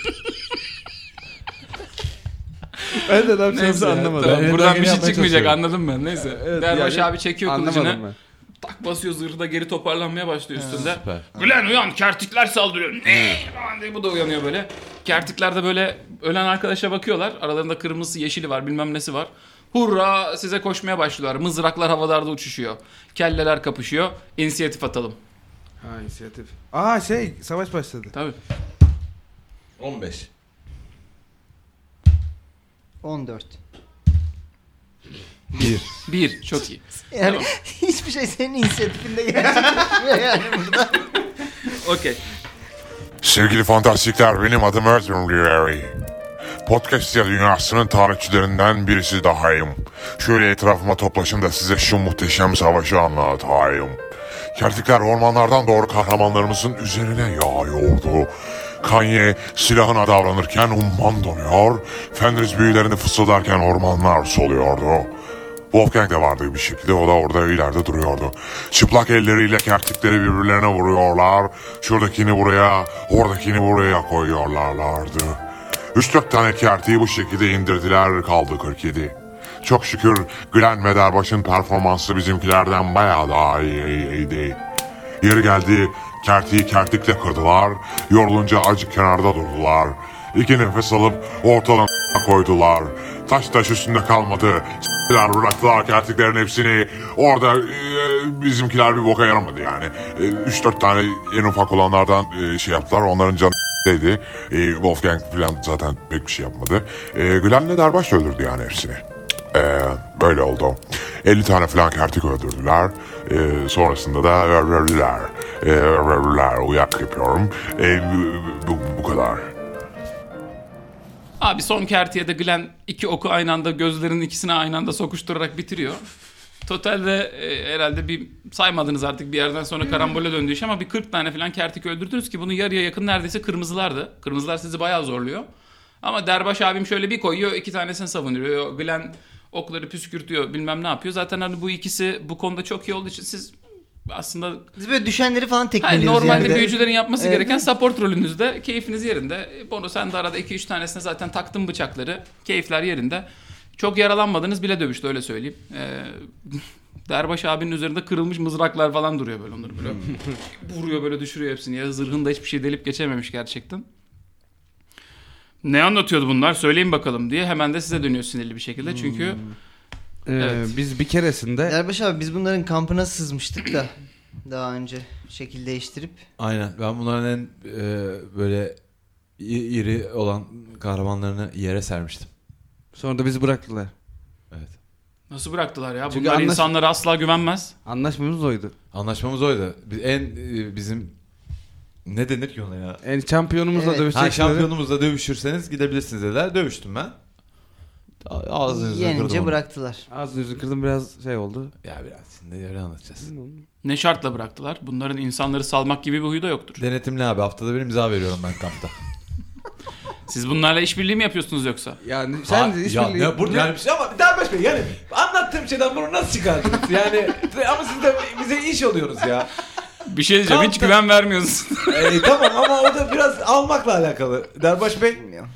D: Ben de ne
A: Neyse ya,
D: anlamadım.
A: tamam.
B: Ben
A: Buradan
B: elinden
A: bir şey
B: gelmeye
A: çıkmayacak
B: çalışıyorum.
A: anladım ben. Neyse.
D: Evet,
A: Derbaş
D: yani
A: abi çekiyor
D: Anlamadım
A: kılıcını.
D: ben.
A: Tak basıyor zırhı da geri toparlanmaya başlıyor üstünde.
B: Süper.
A: Glenn uyan kertikler saldırıyor. Ne? Falan diye bu da uyanıyor böyle. Kertikler de böyle ölen arkadaşa bakıyorlar. Aralarında kırmızısı yeşili var bilmem nesi var. Hurra size koşmaya başlıyorlar. Mızraklar havalarda uçuşuyor. Kelleler kapışıyor. İnisiyatif atalım.
D: Ha inisiyatif. Savaş başladı.
A: Tabii.
B: 15.
C: 14.
A: 1. Çok iyi.
C: Yani
A: Tamam.
C: hiçbir şey senin inisiyatifinde gerçekleşmiyor yani burada.
A: Okey.
F: Sevgili fantastikler, benim adım Earthworm Larry. Podcast dünyasının tarihçilerinden birisi dahayım. Şöyle etrafıma toplaşın da size şu muhteşem savaşı anlatayım. Kertikler ormanlardan doğru kahramanlarımızın üzerine yağıyordu. Kanye silahına davranırken umman donuyor, Fenris büyülerini fısıldarken ormanlar soluyordu. Wolfgang de vardı bir şekilde, o da orada ileride duruyordu. Çıplak elleriyle kertikleri birbirlerine vuruyorlar, şuradakini buraya, oradakini buraya koyuyorlarlardı. 3-4 tane kertiği bu şekilde indirdiler, kaldı 47. Çok şükür Glenn ve Derbaş'ın performansı bizimkilerden bayağı daha iyiydi. Yeri geldi, kertiği kertikle kırdılar, yorulunca acık kenarda durdular. 2 nefes alıp ortadan koydular. Taş üstünde kalmadı. S***ler bıraktılar kertiklerin hepsini. Orada bizimkiler bir boka yaramadı yani. 3-4 tane en ufak olanlardan şey yaptılar. Onların canı dedi. Wolfgang falan zaten pek bir şey yapmadı. Glenn'le Derbaş öldürdü yani hepsini. Böyle oldu. 50 tane falan kertik öldürdüler. Sonrasında da uyak yapıyorum. Bu kadar.
A: Abi son kertiye de Glenn 2 oku aynı anda gözlerinin ikisine aynı anda sokuşturarak bitiriyor. Totalde herhalde bir saymadınız artık bir yerden sonra karambole döndü iş ama bir 40 tane falan kertik öldürdünüz ki bunun yarıya yakın neredeyse kırmızılardı. Kırmızılar sizi bayağı zorluyor. Ama Derbaş abim şöyle bir koyuyor 2 tanesini savunuyor. Glenn okları püskürtüyor bilmem ne yapıyor. Zaten hani bu ikisi bu konuda çok iyi olduğu için siz aslında...
C: Biz böyle düşenleri falan tekmeliyoruz
A: normalde
C: yani.
A: büyücülerin yapması gereken support rolünüzde keyfiniz yerinde. Bono sen de arada 2-3 tanesine zaten taktın bıçakları. Keyifler yerinde. Çok yaralanmadınız bile dövüştü öyle söyleyeyim. Derbaş abinin üzerinde kırılmış mızraklar falan duruyor böyle onları böyle. Vuruyor böyle düşürüyor hepsini. Ya zırhında hiçbir şey delip geçememiş gerçekten. Ne anlatıyordu bunlar söyleyin bakalım diye hemen de size dönüyor sinirli bir şekilde çünkü... Evet.
D: Biz bir keresinde...
C: Derbaş abi biz bunların kampına sızmıştık da daha önce şekil değiştirip.
B: Aynen. Ben bunların en böyle iri olan kahramanlarını yere sermiştim.
D: Sonra da bizi bıraktılar.
B: Evet.
A: Nasıl bıraktılar ya?
D: Çünkü
A: Bunlar insanlara asla güvenmez.
D: Anlaşmamız oydu.
B: Anlaşmamız oydu. Bizim ne denir ki ona ya?
D: En şampiyonumuzla
C: Evet.
D: dövüşecekleri.
B: Şampiyonumuzla dövüşürseniz gidebilirsiniz dediler. Dövüştüm ben. Ağzınızı
C: Yenince
B: kırdım onu.
C: bıraktılar.
D: Ağzını yüzünü kırdım biraz şey oldu.
B: Ya biraz şimdi öyle anlatacağız.
A: Ne şartla bıraktılar? Bunların insanları salmak gibi bir huyu da yoktur.
B: Denetimli abi haftada bir imza veriyorum ben kampta.
A: Siz bunlarla işbirliği mi yapıyorsunuz yoksa?
D: Yani sen de işbirliği...
B: Ya burada yani bir şey ama Derbaş Bey yani anlattığım şeyden bunu nasıl çıkardınız? Yani ama siz de bize iş oluyoruz ya.
A: Bir şey diyeceğim hiç
B: Kampta-
A: güven vermiyorsun.
B: Tamam ama o da biraz almakla alakalı. Derbaş Bey.
C: Bilmiyorum.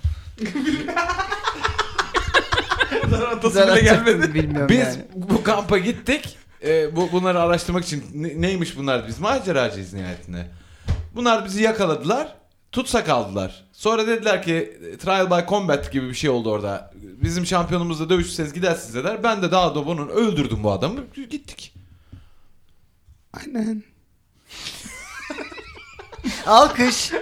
B: Zaten bile gelmedi.
C: Bilmiyorum
B: Biz
C: yani.
B: bu kampa gittik. Bunları araştırmak için neymiş bunlar biz maceracıyız nihayetinde. Bunlar bizi yakaladılar. Tutsak aldılar. Sonra dediler ki trial by combat gibi bir şey oldu orada. Bizim şampiyonumuzla dövüşürseniz gidersiniz dediler. Ben de daha Dobo'nun öldürdüm bu adamı. Gittik.
D: Aynen.
C: Alkış.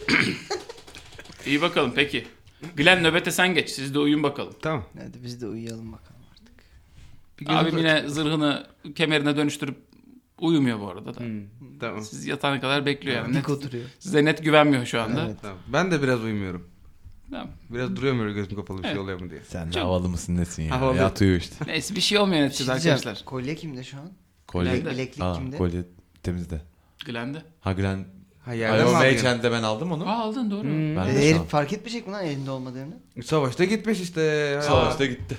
A: İyi bakalım peki. Glenn nöbete sen geç. Siz de uyuyun bakalım.
D: Tamam.
C: Hadi biz de uyuyalım bakalım artık.
A: Abim yine zırhını kemerine dönüştürüp uyumuyor bu arada da.
D: Tamam.
A: Siz yatana kadar bekliyor yani.
C: Dik
A: Net,
C: oturuyor.
A: size net güvenmiyor şu anda.
C: Evet.
D: Tamam. Ben de biraz uyumuyorum.
A: Tamam.
D: Biraz duruyorum öyle gözüm kapalı bir şey
A: Evet.
D: oluyor mu diye.
B: Sen
A: Çok-
B: havalı mısın nesin ya?
D: Havalı.
B: Yatıyor işte.
A: Neyse bir şey olmuyor
C: Bir
A: neticede
C: şey diyeceğim.
A: arkadaşlar.
C: Kolye kimde şu an?
B: Kolye.
A: Glenn'de.
C: Bileklik
B: Aa,
C: kimde?
B: kolye temizde.
A: Glenn'de.
B: Ha Glenn.
D: Ha
B: Ay,
D: yerden
B: o
D: mi aldın?
B: Maychand'de ben aldım onu.
A: Aa aldın doğru.
B: Ben de
C: Herif
B: şu an.
C: fark etmeyecek mi lan elinde olmadığını?
D: Savaşta gitmiş işte.
B: Savaşta gitti.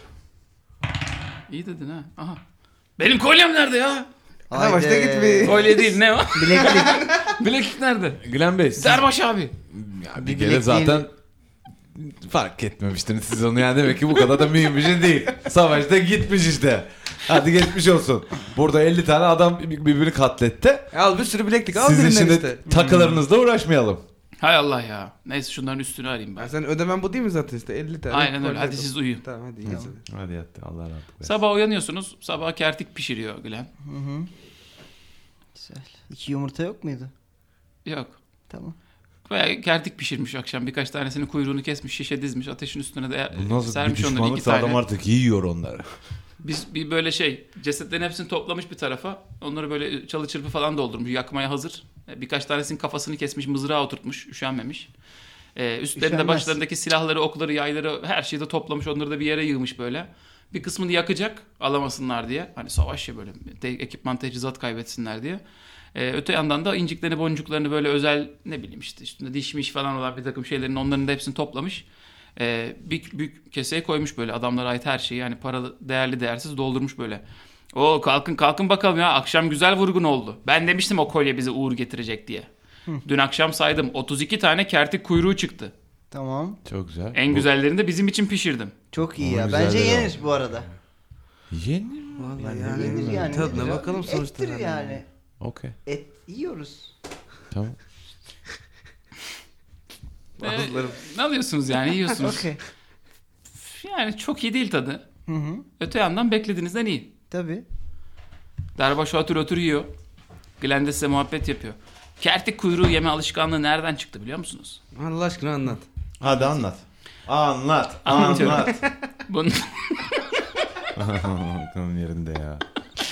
A: İyi dedin ha. Aha. Benim kolyem nerede ya?
D: Savaşta
C: Haydi.
D: gitmiş.
A: Kolye değil ne o?
C: Bileklik.
A: Bileklik nerede?
B: Glenn Bey siz
A: Derbaş abi.
B: ya bir
C: Bir
B: kere
C: bilekliğin-
B: zaten fark etmemiştiniz siz onu yani demek ki bu kadar da mühim bir şey değil. Savaşta gitmiş işte. Hadi geçmiş olsun. Burada 50 tane adam birbirini katletti.
D: Al bir sürü bileklik al
B: Sizin
D: birinden
B: şimdi
D: işte.
B: takılarınızla uğraşmayalım.
A: Hay Allah ya. Neyse şunların üstünü arayayım ben.
D: Ya sen ödemen bu değil mi zaten işte 50 tane.
A: Aynen öyle.
D: kolye
A: Hadi
D: al.
A: siz uyuyun.
D: Tamam hadi iyi geceler.
B: Hadi yattı Allah rahatlık versin.
A: Sabah uyanıyorsunuz. Sabah kertik pişiriyor Glenn.
C: Güzel. 2 yumurta yok muydu?
A: Yok.
C: Tamam.
A: Veya kertik pişirmiş akşam. Birkaç tanesinin kuyruğunu kesmiş, şişe dizmiş. Ateşin üstüne de
B: Bu nasıl bir
A: sermiş onları iki
B: düşmanlıksa adam
A: tane.
B: artık yiyor onları.
A: Biz bir böyle cesetlerin hepsini toplamış bir tarafa. Onları böyle çalı çırpı falan doldurmuş. Yakmaya hazır. Birkaç tanesinin kafasını kesmiş, mızrağa oturtmuş. Üşenmemiş. Üstlerinde
C: Üşenmez.
A: başlarındaki silahları, okları, yayları her şeyi de toplamış. Onları da bir yere yığmış böyle. Bir kısmını yakacak alamasınlar diye. Hani savaş ya böyle ekipman teçhizat kaybetsinler diye. Öte yandan da inciklerini boncuklarını böyle özel ne bileyim işte üstünde dişmiş falan olan bir takım şeylerin onların da hepsini toplamış. Büyük keseye koymuş böyle adamlara ait her şeyi yani paralı değerli değersiz doldurmuş böyle. O kalkın bakalım ya akşam güzel vurgun oldu. Ben demiştim o kolye bize uğur getirecek diye. Dün akşam saydım 32 tane kertik kuyruğu çıktı.
C: Tamam.
B: Çok güzel.
A: En güzellerini de bizim için pişirdim.
C: Çok iyi
B: Ama
C: ya.
B: güzel
C: Bence
B: de
C: yenir bu arada.
B: Yenir.
D: Vallahi
C: Yenir yani.
D: Tadına
C: nedir o?
D: bakalım sonuçta.
C: Ettir yani.
B: Okey.
C: Et yiyoruz.
B: Tamam.
D: Bazıları-
A: Ne alıyorsunuz yani yiyorsunuz.
C: Okey.
A: Yani çok iyi değil tadı.
C: Hı hı.
A: Öte yandan beklediğinizden iyi.
C: Tabii.
A: Derbaş otur yiyor. Glenn de size muhabbet yapıyor. Kertik kuyruğu yeme alışkanlığı nereden çıktı biliyor musunuz?
D: Allah aşkına anlat.
B: Hadi anlat. Anlat.
A: Anlatıyorum.
B: Anlat.
A: Bunun,
B: Aklım yerinde ya.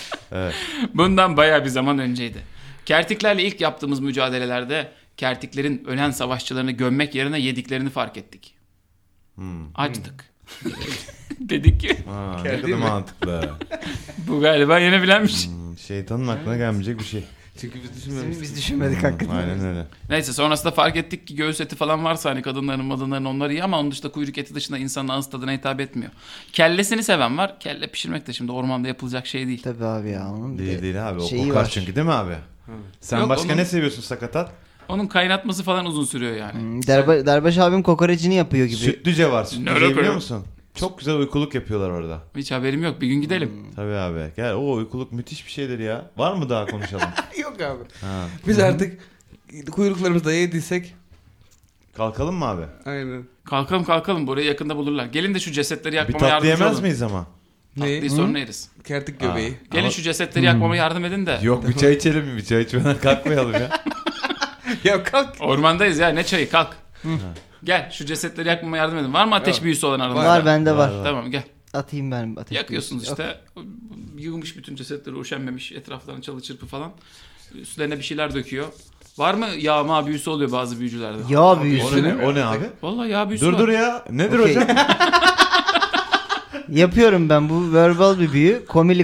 A: bundan bayağı bir zaman önceydi. Kertiklerle ilk yaptığımız mücadelelerde kertiklerin ölen savaşçılarını gömmek yerine yediklerini fark ettik. Açtık. Dedik ki
B: Ha, ne kadar mantıklı.
A: bu galiba yenebilenmiş.
B: Şeytanın aklına gelmeyecek bir şey.
D: Çünkü biz düşünmemiştik.
C: Biz düşünmedik hakikaten.
B: Aynen öyle.
A: Neyse sonrasında fark ettik ki göğüs eti falan varsa hani kadınların madınların onlar iyi ama onun dışında kuyruk eti dışında insanın ağız tadına hitap etmiyor. Kellesini seven var. Kelle pişirmek de şimdi ormanda yapılacak şey değil.
C: Tabii abi ya. Onun bir
B: Değil
C: de
B: değil abi. O
C: şeyi
B: kokar
C: var.
B: çünkü değil mi abi? Sen
A: Yok,
B: başka
A: onun-
B: ne seviyorsun sakatat?
A: Onun kaynatması falan uzun sürüyor yani.
C: Derbaş abim kokoreçini yapıyor gibi.
B: Sütlüce var.
A: Ne
B: Sütlüce'yi
A: alaka
B: biliyor
A: ya?
B: musun? Çok güzel uykuluk yapıyorlar orada.
A: Hiç haberim yok. Bir gün gidelim.
B: Tabii abi. Gel o uykuluk müthiş bir şeydir ya. Var mı daha konuşalım?
D: Yok abi.
B: Ha.
D: Biz artık kuyruklarımızı da yediysek.
B: Kalkalım mı abi?
D: Aynen.
A: Kalkalım. Burayı yakında bulurlar. Gelin de şu cesetleri
B: Bir
A: yakmama
B: tatlı
A: yardımcı
B: yemez
A: olun.
B: miyiz ama?
A: Tatlıyı sonra yeriz.
D: Kertik göbeği.
A: Gelin
B: Ama-
A: şu cesetleri yakmama yardım edin de.
B: Yok bir çay içelim mi? Bir çay içmeden kalkmayalım ya.
D: Ya kalk.
A: Ormandayız ya ne çayı kalk. Gel şu cesetleri yakmama yardım edin. Var mı ateş
D: Yok.
A: büyüsü olan aranızda?
C: Var bende var.
A: Tamam gel.
C: Atayım ben ateş.
A: Yakıyorsunuz
C: Yok.
A: işte. Yığmış bütün cesetleri üşenmemiş. Etraflarına çalı çırpı falan. Üstlerine bir şeyler döküyor. Var mı yağma büyüsü oluyor bazı büyücülerde?
C: Yağ
B: O
C: büyüsü.
B: ne, o ne abi?
A: Vallahi yağ büyüsü
B: Dur
A: var.
B: dur ya. Nedir
C: Okey.
B: hocam?
C: Yapıyorum ben bu verbal bir büyü. Komili.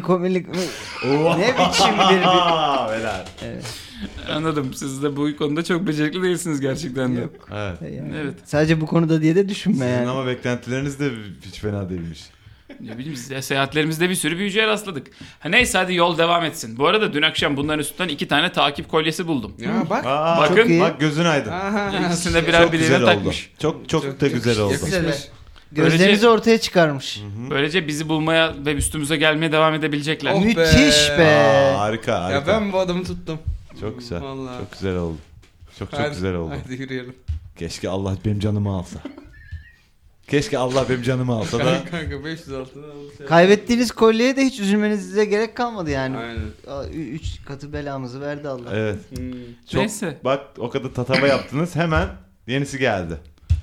C: Ne biçim bir büyü.
B: Beyler.
A: Anladım. Siz de bu konuda çok becerikli değilsiniz gerçekten de.
B: Evet.
C: Yani
A: Evet.
C: Sadece bu konuda diye de düşünme
B: Sizin
C: yani.
B: ama beklentileriniz de hiç fena değilmiş.
A: Ne bileyim biz de seyahatlerimizde bir sürü büyücüye rastladık. Ha neyse hadi yol devam etsin. Bu arada dün akşam bunların üstünden 2 tane takip kolyesi buldum.
D: Ya bak.
B: Aa,
A: Bakın.
B: çok iyi. Bak gözün aydın.
D: Aha.
A: İkisini de birer
B: Çok
A: bileğine
B: güzel oldu.
A: takmış.
B: Çok da güzel oldu.
D: yakışmış.
C: Gözlerinizi ortaya çıkarmış.
A: Böylece bizi bulmaya ve üstümüze gelmeye devam edebilecekler.
D: Oh be.
C: Müthiş be.
B: Aa, harika harika.
D: Ya ben bu adamı tuttum.
B: Çok güzel.
D: Vallahi.
B: Çok güzel oldu. Çok
D: Hadi-
B: güzel oldu.
D: Hadi yürüyelim.
B: Keşke Allah benim canımı alsa. Keşke Allah benim canımı alsa da.
D: Kanka 500 altına almış.
C: Kaybettiğiniz kolyeye de hiç üzülmenize gerek kalmadı yani.
D: Aynen.
C: 3 katı belamızı verdi Allah.
B: Evet.
D: Hmm.
B: Çok,
A: Neyse.
B: Bak o kadar tatava yaptınız hemen yenisi geldi.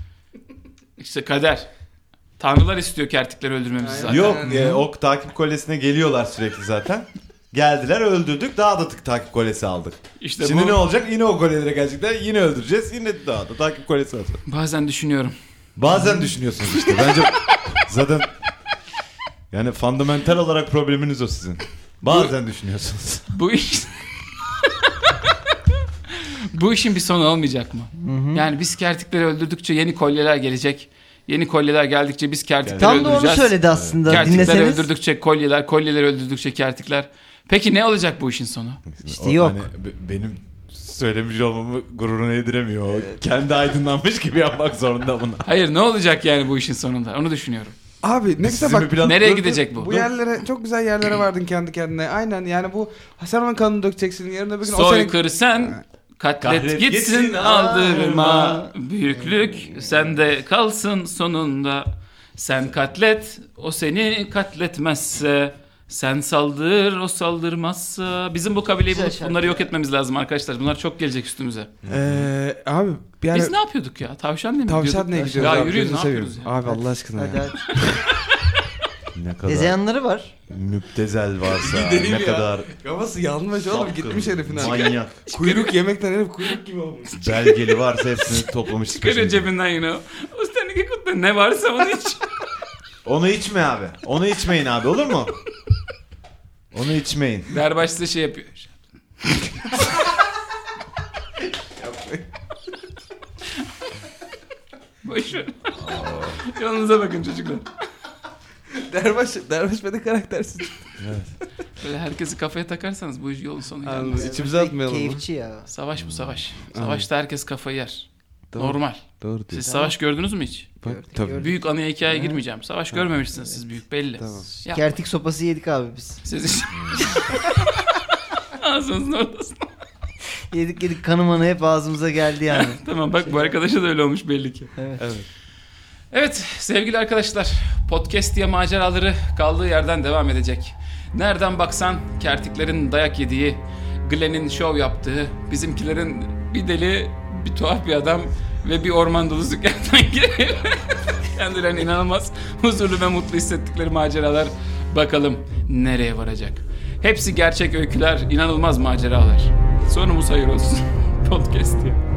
A: İşte kader. Tanrılar istiyor kertikleri öldürmemizi
D: Aynen.
A: zaten.
B: Yok
D: Yani.
B: o takip kolyesine geliyorlar sürekli zaten. Geldiler öldürdük daha da takip kolyesi aldık.
A: İşte
B: Şimdi
A: bu
B: ne olacak? Yine o kolyelere gelecekler. Yine öldüreceğiz. Yine daha da takip kolyesi alacak.
A: bazen düşünüyorum.
B: Bazen düşünüyorsunuz işte. Bence zaten yani fundamental olarak probleminiz o sizin. Bazen düşünüyorsunuz.
A: Bu iş... Bu işin bir sonu olmayacak mı? Yani biz kertikleri öldürdükçe yeni kolyeler gelecek. Yeni kolyeler geldikçe biz kertikleri
C: Tam da onu
A: öldüreceğiz.
C: söyledi aslında.
A: Kertikleri
C: Dinleseniz.
A: öldürdükçe kolyeler, kolyeleri öldürdükçe kertikler. Peki ne olacak bu işin sonu?
C: İşte
B: O
C: yok.
B: hani benim söylemiş olmamı gururuna yediremiyor. O kendi aydınlanmış gibi yapmak zorunda bunu.
A: Hayır ne olacak yani bu işin sonunda? Onu düşünüyorum.
D: Abi ne güzel
B: Sizin
D: bak.
B: bir plan-
A: Nereye
B: Dur,
A: gidecek bu?
D: Bu yerlere çok güzel yerlere vardın kendi kendine. Aynen yani bu sen onun kanını dökeceksin yarın öbür gün o senin
A: Soykır sen, katlet
B: Kahret
A: gitsin
B: gitsin,
A: aldırma.
B: aldırma.
A: Büyüklük sende kalsın sonunda. Sen katlet, o seni katletmezse. Sen saldır, o saldırmazsa. Bizim bu kabileyi
C: Güzel
A: bulup
C: şarkı
A: bunları yok
C: ya.
A: etmemiz lazım arkadaşlar. Bunlar çok gelecek üstümüze.
D: Abi yani
A: Biz ne yapıyorduk ya? Tavşan değil mi?
D: tavşan ne gidiyoruz
A: Ya
D: abi?
A: yürüyün,
D: Gözünü
A: ne
D: seveyim.
A: yapıyoruz ya?
D: Abi Allah aşkına
C: Hadi
D: ya.
C: hadi.
B: Ne kadar
C: Ezeyanları var.
B: müptezel varsa,
D: Değil
B: ne
D: ya.
B: kadar
D: Kafası yanmış oğlum
B: sapkın,
D: gitmiş herifin abi.
B: manyak,
D: Kuyruk yemekten herif kuyruk gibi olmuş.
B: belgeli varsa hepsini toplamış.
A: Çıkarıyor
B: peşinde.
A: cebinden yine o. Üstündeki kutuda ne varsa onu iç.
B: Onu içme abi. Onu içmeyin abi olur mu? Onu içmeyin.
A: Derbaş size şey yapıyor. Boşver. Yolunuza bakın çocuklar.
D: Derbaş beni karaktersiz.
A: Böyle herkesi kafaya takarsanız bu yolun sonu gelmez.
D: Anladım. İçimize atmayalım mı?
C: Keyifçi ya.
A: Savaş bu savaş. Savaşta herkes kafayı yer.
D: Doğru.
A: Normal.
D: Doğru
A: Siz
D: diyorsun.
A: savaş gördünüz mü hiç?
D: Bak,
C: Gördük,
D: tabii.
C: gördük.
A: Büyük anıya hikayeye girmeyeceğim. Savaş görmemişsiniz siz büyük belli.
D: Tamam.
A: Yapma.
C: Kertik sopası yedik abi biz.
A: Siz ağzınızın ortasına.
C: Yedik kanı manı hep ağzımıza geldi yani.
A: Tamam bak bu arkadaşa da öyle olmuş belli ki.
C: Evet.
D: Evet.
A: Evet sevgili arkadaşlar, podcast diye maceraları kaldığı yerden devam edecek. Nereden baksan kertiklerin dayak yediği, Glenn'in şov yaptığı, bizimkilerin bir deli, bir tuhaf bir adam ve bir orman dolu dükkandan girip kendilerini inanılmaz huzurlu ve mutlu hissettikleri maceralar bakalım nereye varacak. Hepsi gerçek öyküler, inanılmaz maceralar. Sonumuz hayır olsun. Podcast diye.